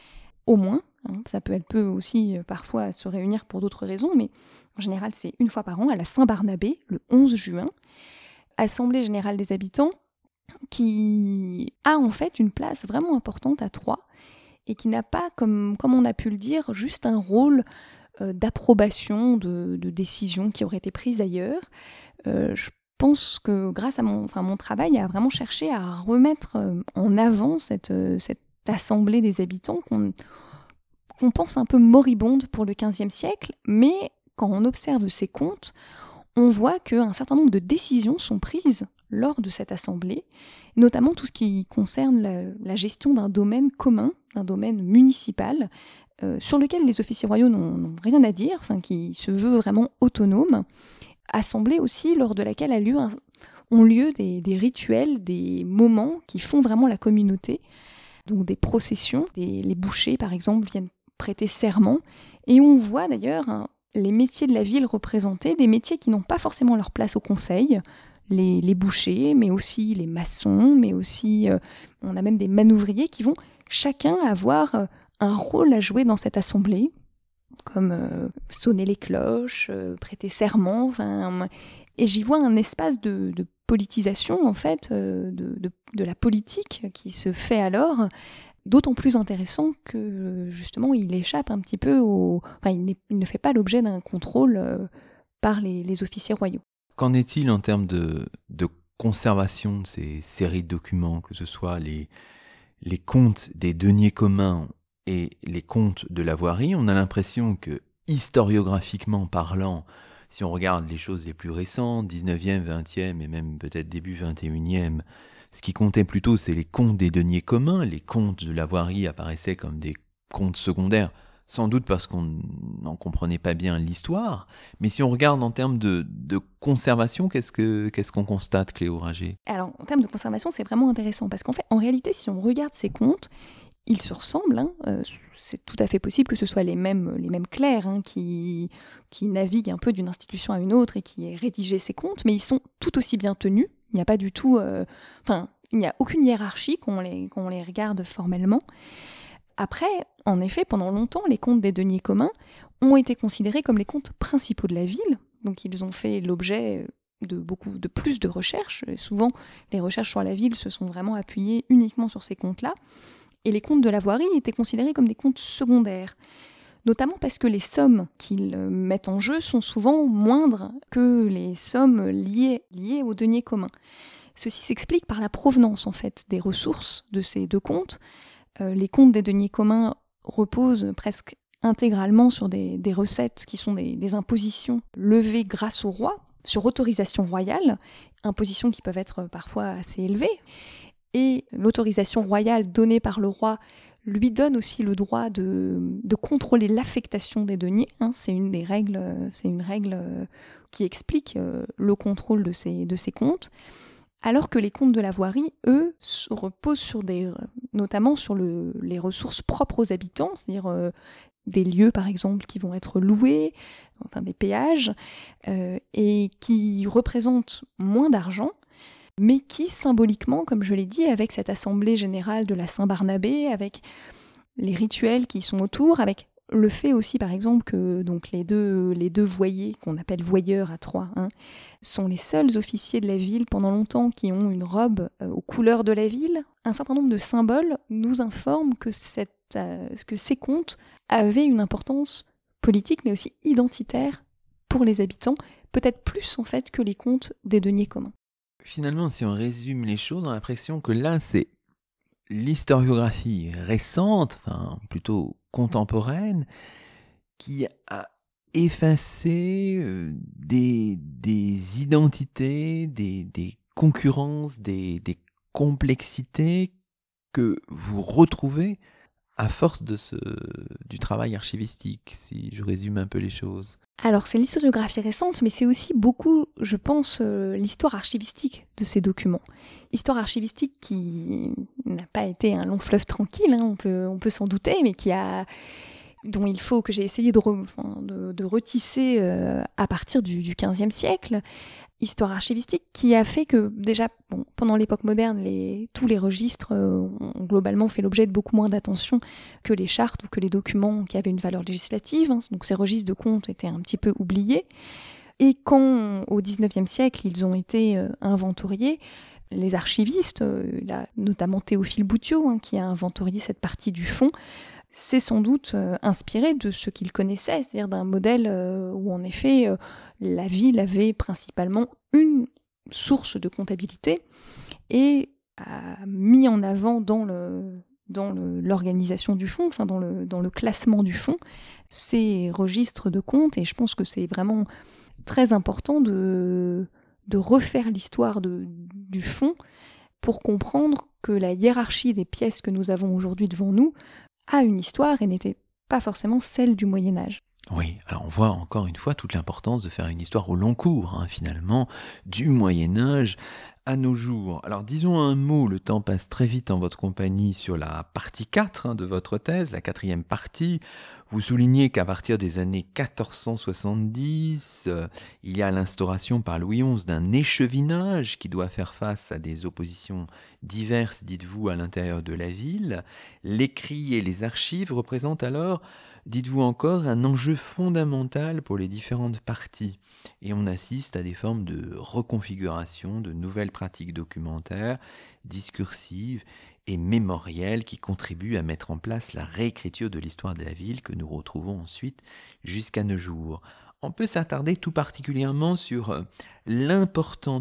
au moins. Hein, ça peut, elle peut aussi euh, parfois se réunir pour d'autres raisons, mais en général c'est une fois par an, à la Saint-Barnabé, le onze juin. Assemblée générale des habitants qui a en fait une place vraiment importante à Troyes et qui n'a pas, comme, comme on a pu le dire, juste un rôle d'approbation de, de décisions qui auraient été prises ailleurs. Euh, je pense que grâce à mon, enfin, mon travail, a vraiment cherché à remettre en avant cette, cette assemblée des habitants qu'on, qu'on pense un peu moribonde pour le quinzième siècle, mais quand on observe ces comptes, on voit qu'un certain nombre de décisions sont prises lors de cette assemblée, notamment tout ce qui concerne la, la gestion d'un domaine commun, d'un domaine municipal, Euh, sur lequel les officiers royaux n'ont, n'ont rien à dire, enfin, qui se veut vraiment autonome, assemblée aussi lors de laquelle a lieu un, ont lieu des, des rituels, des moments qui font vraiment la communauté, donc des processions, des, les bouchers par exemple viennent prêter serment, et on voit d'ailleurs hein, les métiers de la ville représentés, des métiers qui n'ont pas forcément leur place au conseil, les, les bouchers, mais aussi les maçons, mais aussi, euh, on a même des manouvriers qui vont chacun avoir euh, un rôle à jouer dans cette assemblée, comme euh, sonner les cloches, euh, prêter serment, enfin, et j'y vois un espace de, de politisation, en fait, euh, de, de, de la politique qui se fait alors, d'autant plus intéressant que, justement, il échappe un petit peu au... Enfin, il, il ne fait pas l'objet d'un contrôle euh, par les, les officiers royaux. Qu'en est-il en termes de, de conservation de ces séries de documents, que ce soit les, les comptes des deniers communs et les comptes de la voirie, on a l'impression que, historiographiquement parlant, si on regarde les choses les plus récentes, dix-neuvième, vingtième et même peut-être début vingt et unième, ce qui comptait plutôt, c'est les comptes des deniers communs. Les comptes de la voirie apparaissaient comme des comptes secondaires, sans doute parce qu'on n'en comprenait pas bien l'histoire. Mais si on regarde en termes de, de conservation, qu'est-ce, que, qu'est-ce qu'on constate, Cléo Ringer ? Alors, en termes de conservation, c'est vraiment intéressant, parce qu'en fait, en réalité, si on regarde ces comptes, ils se ressemblent, hein. euh, c'est tout à fait possible que ce soit les mêmes, les mêmes clercs hein, qui, qui naviguent un peu d'une institution à une autre et qui aient rédigé ces comptes, mais ils sont tout aussi bien tenus. Il n'y a pas du tout... Euh, enfin, il n'y a aucune hiérarchie qu'on les, qu'on les regarde formellement. Après, en effet, pendant longtemps, les comptes des deniers communs ont été considérés comme les comptes principaux de la ville. Donc, ils ont fait l'objet de beaucoup de plus de recherches. Et souvent, les recherches sur la ville se sont vraiment appuyées uniquement sur ces comptes-là. Et les comptes de la voirie étaient considérés comme des comptes secondaires, notamment parce que les sommes qu'ils mettent en jeu sont souvent moindres que les sommes liées, liées aux deniers communs. Ceci s'explique par la provenance en fait des ressources de ces deux comptes. Euh, les comptes des deniers communs reposent presque intégralement sur des, des recettes qui sont des, des impositions levées grâce au roi, sur autorisation royale, impositions qui peuvent être parfois assez élevées. Et l'autorisation royale donnée par le roi lui donne aussi le droit de, de contrôler l'affectation des deniers. Hein. C'est une des règles, c'est une règle qui explique le contrôle de ces, de ces comptes. Alors que les comptes de la voirie, eux, reposent sur des, notamment sur le, les ressources propres aux habitants, c'est-à-dire euh, des lieux, par exemple, qui vont être loués, enfin des péages, euh, et qui représentent moins d'argent, mais qui, symboliquement, comme je l'ai dit, avec cette assemblée générale de la Saint-Barnabé, avec les rituels qui sont autour, avec le fait aussi, par exemple, que donc, les, deux, les deux voyers, qu'on appelle voyeurs à Troyes, hein, sont les seuls officiers de la ville pendant longtemps qui ont une robe euh, aux couleurs de la ville. Un certain nombre de symboles nous informent que, cette, euh, que ces comptes avaient une importance politique, mais aussi identitaire pour les habitants, peut-être plus en fait que les comptes des deniers communs. Finalement, si on résume les choses, on a l'impression que là, c'est l'historiographie récente, enfin plutôt contemporaine, qui a effacé euh, des, des identités, des, des concurrences, des, des complexités que vous retrouvez à force de ce, du travail archivistique, si je résume un peu les choses. Alors c'est l'historiographie récente, mais c'est aussi beaucoup, je pense, euh, l'histoire archivistique de ces documents. Histoire archivistique qui n'a pas été un long fleuve tranquille, hein, on peut, on peut s'en douter, mais qui a, dont il faut que j'ai essayé de, re, enfin, de, de retisser euh, à partir du, du quinzième siècle. Histoire archivistique qui a fait que déjà, bon, pendant l'époque moderne, les, tous les registres euh, ont globalement fait l'objet de beaucoup moins d'attention que les chartes ou que les documents qui avaient une valeur législative. Hein. Donc ces registres de comptes étaient un petit peu oubliés. Et quand, au dix-neuvième siècle, ils ont été euh, inventoriés, les archivistes, euh, là, notamment Théophile Boutiot, hein, qui a inventorié cette partie du fond, c'est sans doute euh, inspiré de ce qu'il connaissait, c'est-à-dire d'un modèle euh, où en effet euh, la ville avait principalement une source de comptabilité et a mis en avant dans, le, dans le, l'organisation du fonds, enfin dans le, dans le classement du fonds, ces registres de comptes. Et je pense que c'est vraiment très important de, de refaire l'histoire de, du fonds pour comprendre que la hiérarchie des pièces que nous avons aujourd'hui devant nous a une histoire et n'était pas forcément celle du Moyen-Âge. Oui, alors on voit encore une fois toute l'importance de faire une histoire au long cours, hein, finalement, du Moyen-Âge à nos jours. Alors disons un mot, le temps passe très vite en votre compagnie, sur la partie quatre hein, de votre thèse, la quatrième partie. Vous soulignez qu'à partir des années quatorze cent soixante-dix, euh, il y a l'instauration par Louis onze d'un échevinage qui doit faire face à des oppositions diverses, dites-vous, à l'intérieur de la ville. L'écrit et les archives représentent alors, dites-vous encore, un enjeu fondamental pour les différentes parties. Et on assiste à des formes de reconfiguration, de nouvelles pratiques documentaires, discursives et mémorielles qui contribuent à mettre en place la réécriture de l'histoire de la ville que nous retrouvons ensuite jusqu'à nos jours. On peut s'attarder tout particulièrement sur l'importante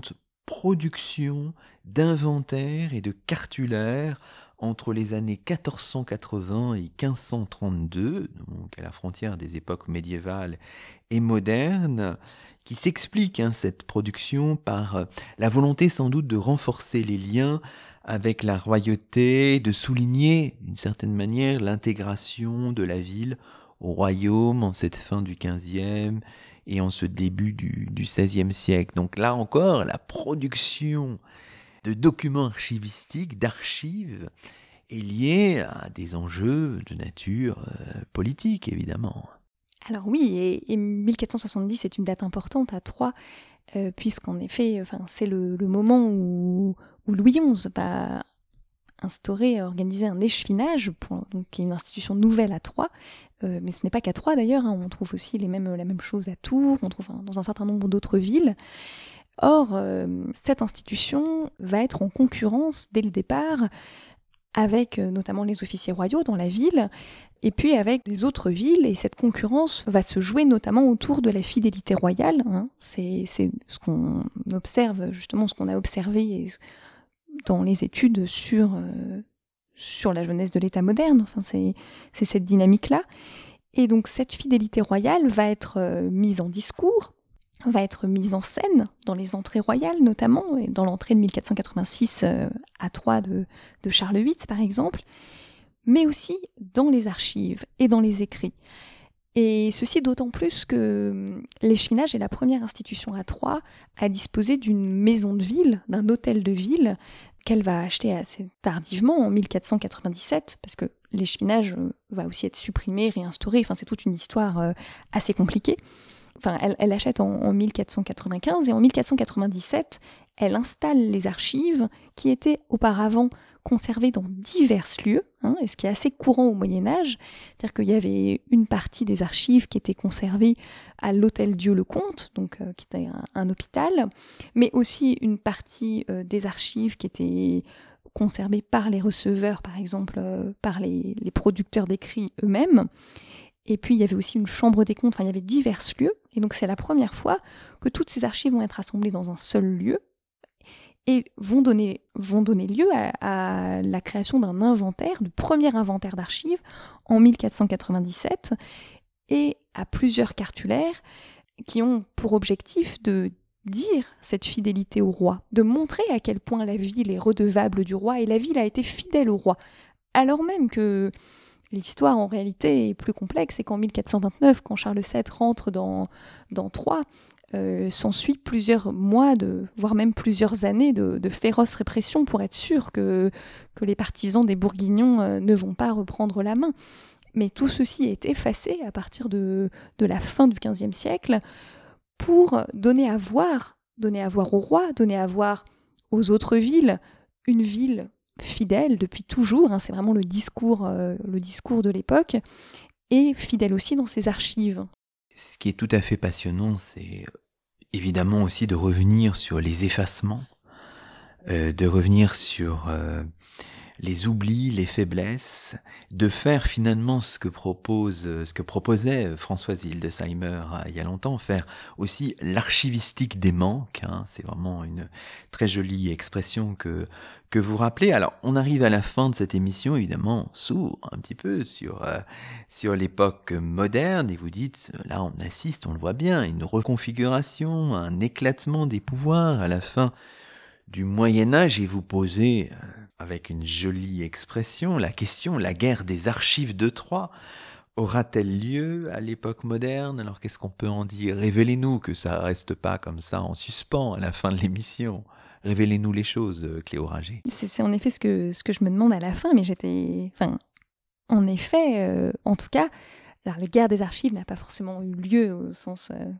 production d'inventaires et de cartulaires entre les années quatorze cent quatre-vingts et quinze cent trente-deux, donc à la frontière des époques médiévales et modernes, qui s'explique, hein, cette production, par la volonté sans doute de renforcer les liens avec la royauté, de souligner d'une certaine manière l'intégration de la ville au royaume en cette fin du quinzième et en ce début du, du seizième siècle. Donc là encore, la production de documents archivistiques, d'archives, est liée à des enjeux de nature euh, politique, évidemment. Alors oui, et, et mille quatre cent soixante-dix est une date importante à Troyes, euh, puisqu'en effet, enfin, c'est le, le moment où, où Louis onze va instaurer, organiser un échevinage, pour, donc, qui est une institution nouvelle à Troyes, euh, mais ce n'est pas qu'à Troyes d'ailleurs, hein, on trouve aussi les mêmes, la même chose à Tours, on trouve hein, dans un certain nombre d'autres villes. Or, euh, cette institution va être en concurrence dès le départ avec euh, notamment les officiers royaux dans la ville, et puis avec les autres villes, et cette concurrence va se jouer notamment autour de la fidélité royale. Hein. C'est, c'est ce qu'on observe, justement ce qu'on a observé dans les études sur, euh, sur la jeunesse de l'État moderne. Enfin, c'est, c'est cette dynamique-là. Et donc cette fidélité royale va être euh, mise en discours, va être mise en scène dans les entrées royales notamment, et dans l'entrée de mille quatre cent quatre-vingt-six euh, à Troyes de, de Charles huit par exemple, mais aussi dans les archives et dans les écrits. Et ceci d'autant plus que l'échevinage est la première institution à Troyes à disposer d'une maison de ville, d'un hôtel de ville, qu'elle va acheter assez tardivement, en mille quatre cent quatre-vingt-dix-sept, parce que l'échevinage va aussi être supprimé, réinstauré, enfin c'est toute une histoire euh, assez compliquée. Enfin, elle, elle achète en, en mille quatre cent quatre-vingt-quinze, et en mille quatre cent quatre-vingt-dix-sept, elle installe les archives qui étaient auparavant conservées dans divers lieux, hein, et ce qui est assez courant au Moyen-Âge, c'est-à-dire qu'il y avait une partie des archives qui étaient conservées à l'Hôtel-Dieu-le-Comte, donc euh, qui était un, un hôpital, mais aussi une partie euh, des archives qui étaient conservées par les receveurs, par exemple, euh, par les, les producteurs d'écrits eux-mêmes. Et puis, il y avait aussi une chambre des comptes, enfin, il y avait divers lieux. Et donc, c'est la première fois que toutes ces archives vont être assemblées dans un seul lieu et vont donner, vont donner lieu à, à la création d'un inventaire, du premier inventaire d'archives en mille quatre cent quatre-vingt-dix-sept, et à plusieurs cartulaires qui ont pour objectif de dire cette fidélité au roi, de montrer à quel point la ville est redevable du roi, et la ville a été fidèle au roi. Alors même que l'histoire, en réalité, est plus complexe, et qu'en mille quatre cent vingt-neuf, quand Charles sept rentre dans, dans Troyes, euh, s'ensuit plusieurs mois, de, voire même plusieurs années de, de féroce répression pour être sûr que, que les partisans des Bourguignons euh, ne vont pas reprendre la main. Mais tout ceci est effacé à partir de, de la fin du quinzième siècle pour donner à voir, donner à voir au roi, donner à voir aux autres villes, une ville fidèle depuis toujours, hein, c'est vraiment le discours, euh, le discours de l'époque, et fidèle aussi dans ses archives. Ce qui est tout à fait passionnant, c'est évidemment aussi de revenir sur les effacements, euh, de revenir sur euh, les oublis, les faiblesses, de faire finalement ce que propose, ce que proposait Françoise Hildesheimer il y a longtemps, faire aussi l'archivistique des manques, hein, c'est vraiment une très jolie expression que que vous rappelez. Alors, on arrive à la fin de cette émission, évidemment, on s'ouvre un petit peu sur euh, sur l'époque moderne, et vous dites, là, on assiste, on le voit bien, une reconfiguration, un éclatement des pouvoirs à la fin du Moyen-Âge, et vous posez, euh, avec une jolie expression, la question, la guerre des archives de Troyes aura-t-elle lieu à l'époque moderne? Alors, qu'est-ce qu'on peut en dire? Révélez-nous, que ça reste pas comme ça en suspens à la fin de l'émission. Révélez-nous les choses, Cléo Ringer. C'est, c'est en effet ce que, ce que je me demande à la fin, mais j'étais... Enfin, en effet, euh, en tout cas, alors, la guerre des archives n'a pas forcément eu lieu au sens euh,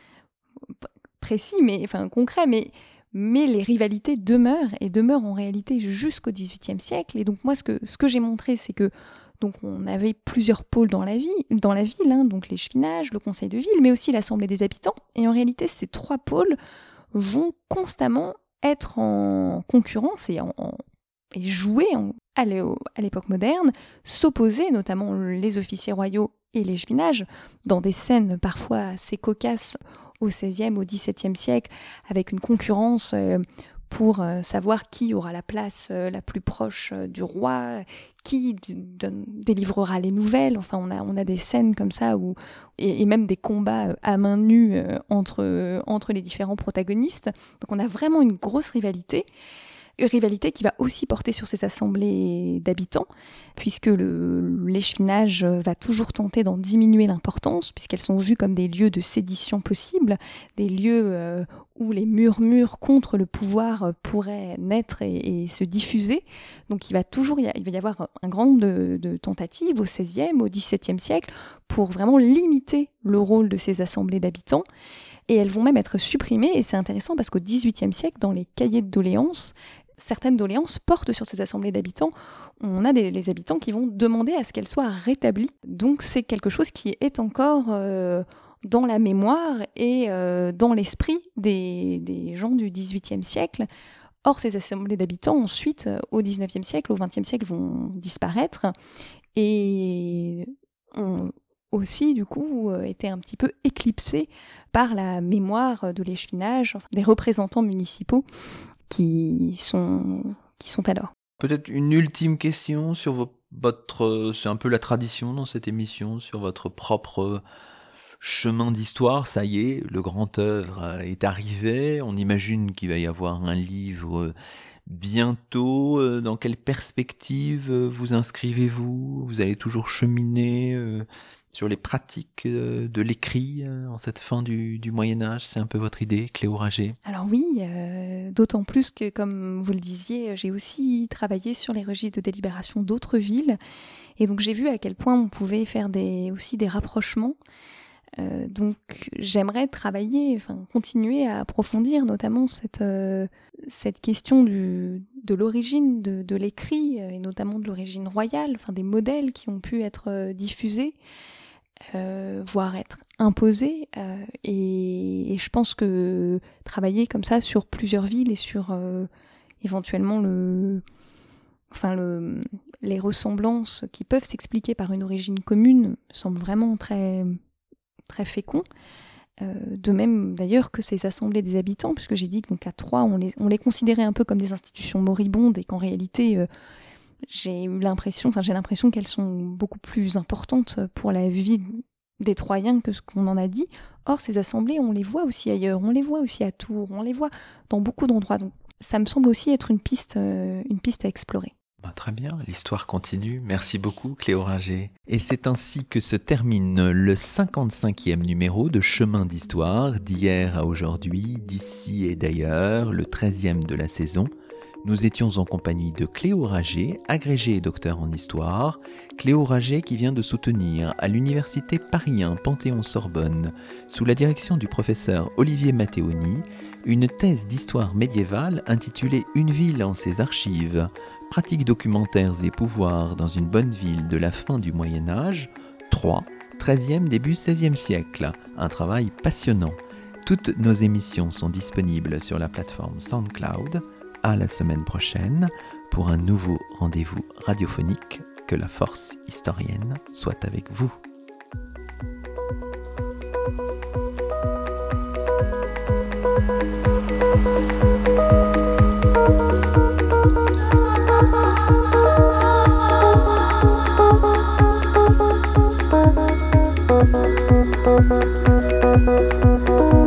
précis, mais, enfin concret, mais, mais les rivalités demeurent, et demeurent en réalité jusqu'au dix-huitième siècle. Et donc moi, ce que, ce que j'ai montré, c'est que donc on avait plusieurs pôles dans la, vie, dans la ville, hein, donc l'échevinage, le conseil de ville, mais aussi l'assemblée des habitants. Et en réalité, ces trois pôles vont constamment être en concurrence et, en, en, et jouer en, à, à l'époque moderne, s'opposer, notamment les officiers royaux et l'échevinage, dans des scènes parfois assez cocasses au seizième, au dix-septième siècle, avec une concurrence euh, pour euh, savoir qui aura la place euh, la plus proche euh, du roi, qui d- donne- délivrera les nouvelles. Enfin, on a, on a des scènes comme ça, où, et, et même des combats euh, à main nue euh, entre, euh, entre les différents protagonistes. Donc on a vraiment une grosse rivalité. Une rivalité qui va aussi porter sur ces assemblées d'habitants, puisque le, l'échevinage va toujours tenter d'en diminuer l'importance, puisqu'elles sont vues comme des lieux de sédition possibles, des lieux euh, où les murmures contre le pouvoir pourraient naître et, et se diffuser. Donc il va toujours y, a, il va y avoir un grand nombre de, de tentatives au seizième, au dix-septième siècle, pour vraiment limiter le rôle de ces assemblées d'habitants. Et elles vont même être supprimées, et c'est intéressant parce qu'au dix-huitième siècle, dans les cahiers de doléances, certaines doléances portent sur ces assemblées d'habitants. On a des, les habitants qui vont demander à ce qu'elles soient rétablies. Donc c'est quelque chose qui est encore euh, dans la mémoire et euh, dans l'esprit des, des gens du dix-huitième siècle. Or, ces assemblées d'habitants, ensuite, au dix-neuvième siècle, au vingtième siècle, vont disparaître et ont aussi, du coup, été un petit peu éclipsées par la mémoire de l'échevinage, enfin, des représentants municipaux qui sont, qui sont alors. Peut-être une ultime question sur vo- votre... C'est un peu la tradition dans cette émission, sur votre propre chemin d'histoire. Ça y est, le grand œuvre est arrivé. On imagine qu'il va y avoir un livre bientôt. Dans quelle perspective vous inscrivez-vous ? Vous allez toujours cheminer sur les pratiques de l'écrit en cette fin du, du Moyen-Âge? C'est un peu votre idée, Cléo Rager? Alors oui, euh, d'autant plus que, comme vous le disiez, j'ai aussi travaillé sur les registres de délibération d'autres villes. Et donc j'ai vu à quel point on pouvait faire des, aussi des rapprochements. Euh, donc j'aimerais travailler, enfin continuer à approfondir notamment cette, euh, cette question du, de l'origine de, de l'écrit, et notamment de l'origine royale, enfin des modèles qui ont pu être euh, diffusés, euh, voire être imposés. Euh, et, et je pense que travailler comme ça sur plusieurs villes et sur euh, éventuellement le... Enfin, le, les ressemblances qui peuvent s'expliquer par une origine commune semble vraiment très, très fécond. Euh, de même d'ailleurs que ces assemblées des habitants, puisque j'ai dit qu'à Troyes, on les, on les considérait un peu comme des institutions moribondes et qu'en réalité, euh, j'ai eu l'impression, enfin j'ai l'impression qu'elles sont beaucoup plus importantes pour la vie des Troyens que ce qu'on en a dit. Or, ces assemblées, on les voit aussi ailleurs, on les voit aussi à Tours, on les voit dans beaucoup d'endroits. Donc, ça me semble aussi être une piste, euh, une piste à explorer. Très bien, l'histoire continue. Merci beaucoup, Cléo Rager. Et c'est ainsi que se termine le cinquante-cinquième numéro de Chemin d'Histoire, d'hier à aujourd'hui, d'ici et d'ailleurs, le treizième de la saison. Nous étions en compagnie de Cléo Rager, agrégée et docteur en histoire. Cléo Rager qui vient de soutenir à l'université Paris un Panthéon-Sorbonne, sous la direction du professeur Olivier Matteoni, une thèse d'histoire médiévale intitulée « Une ville en ses archives ». Pratiques documentaires et pouvoirs dans une bonne ville de la fin du Moyen-Âge, Troyes, treizième début seizième siècle, un travail passionnant. Toutes nos émissions sont disponibles sur la plateforme SoundCloud. À la semaine prochaine pour un nouveau rendez-vous radiophonique. Que la force historienne soit avec vous. Thank you.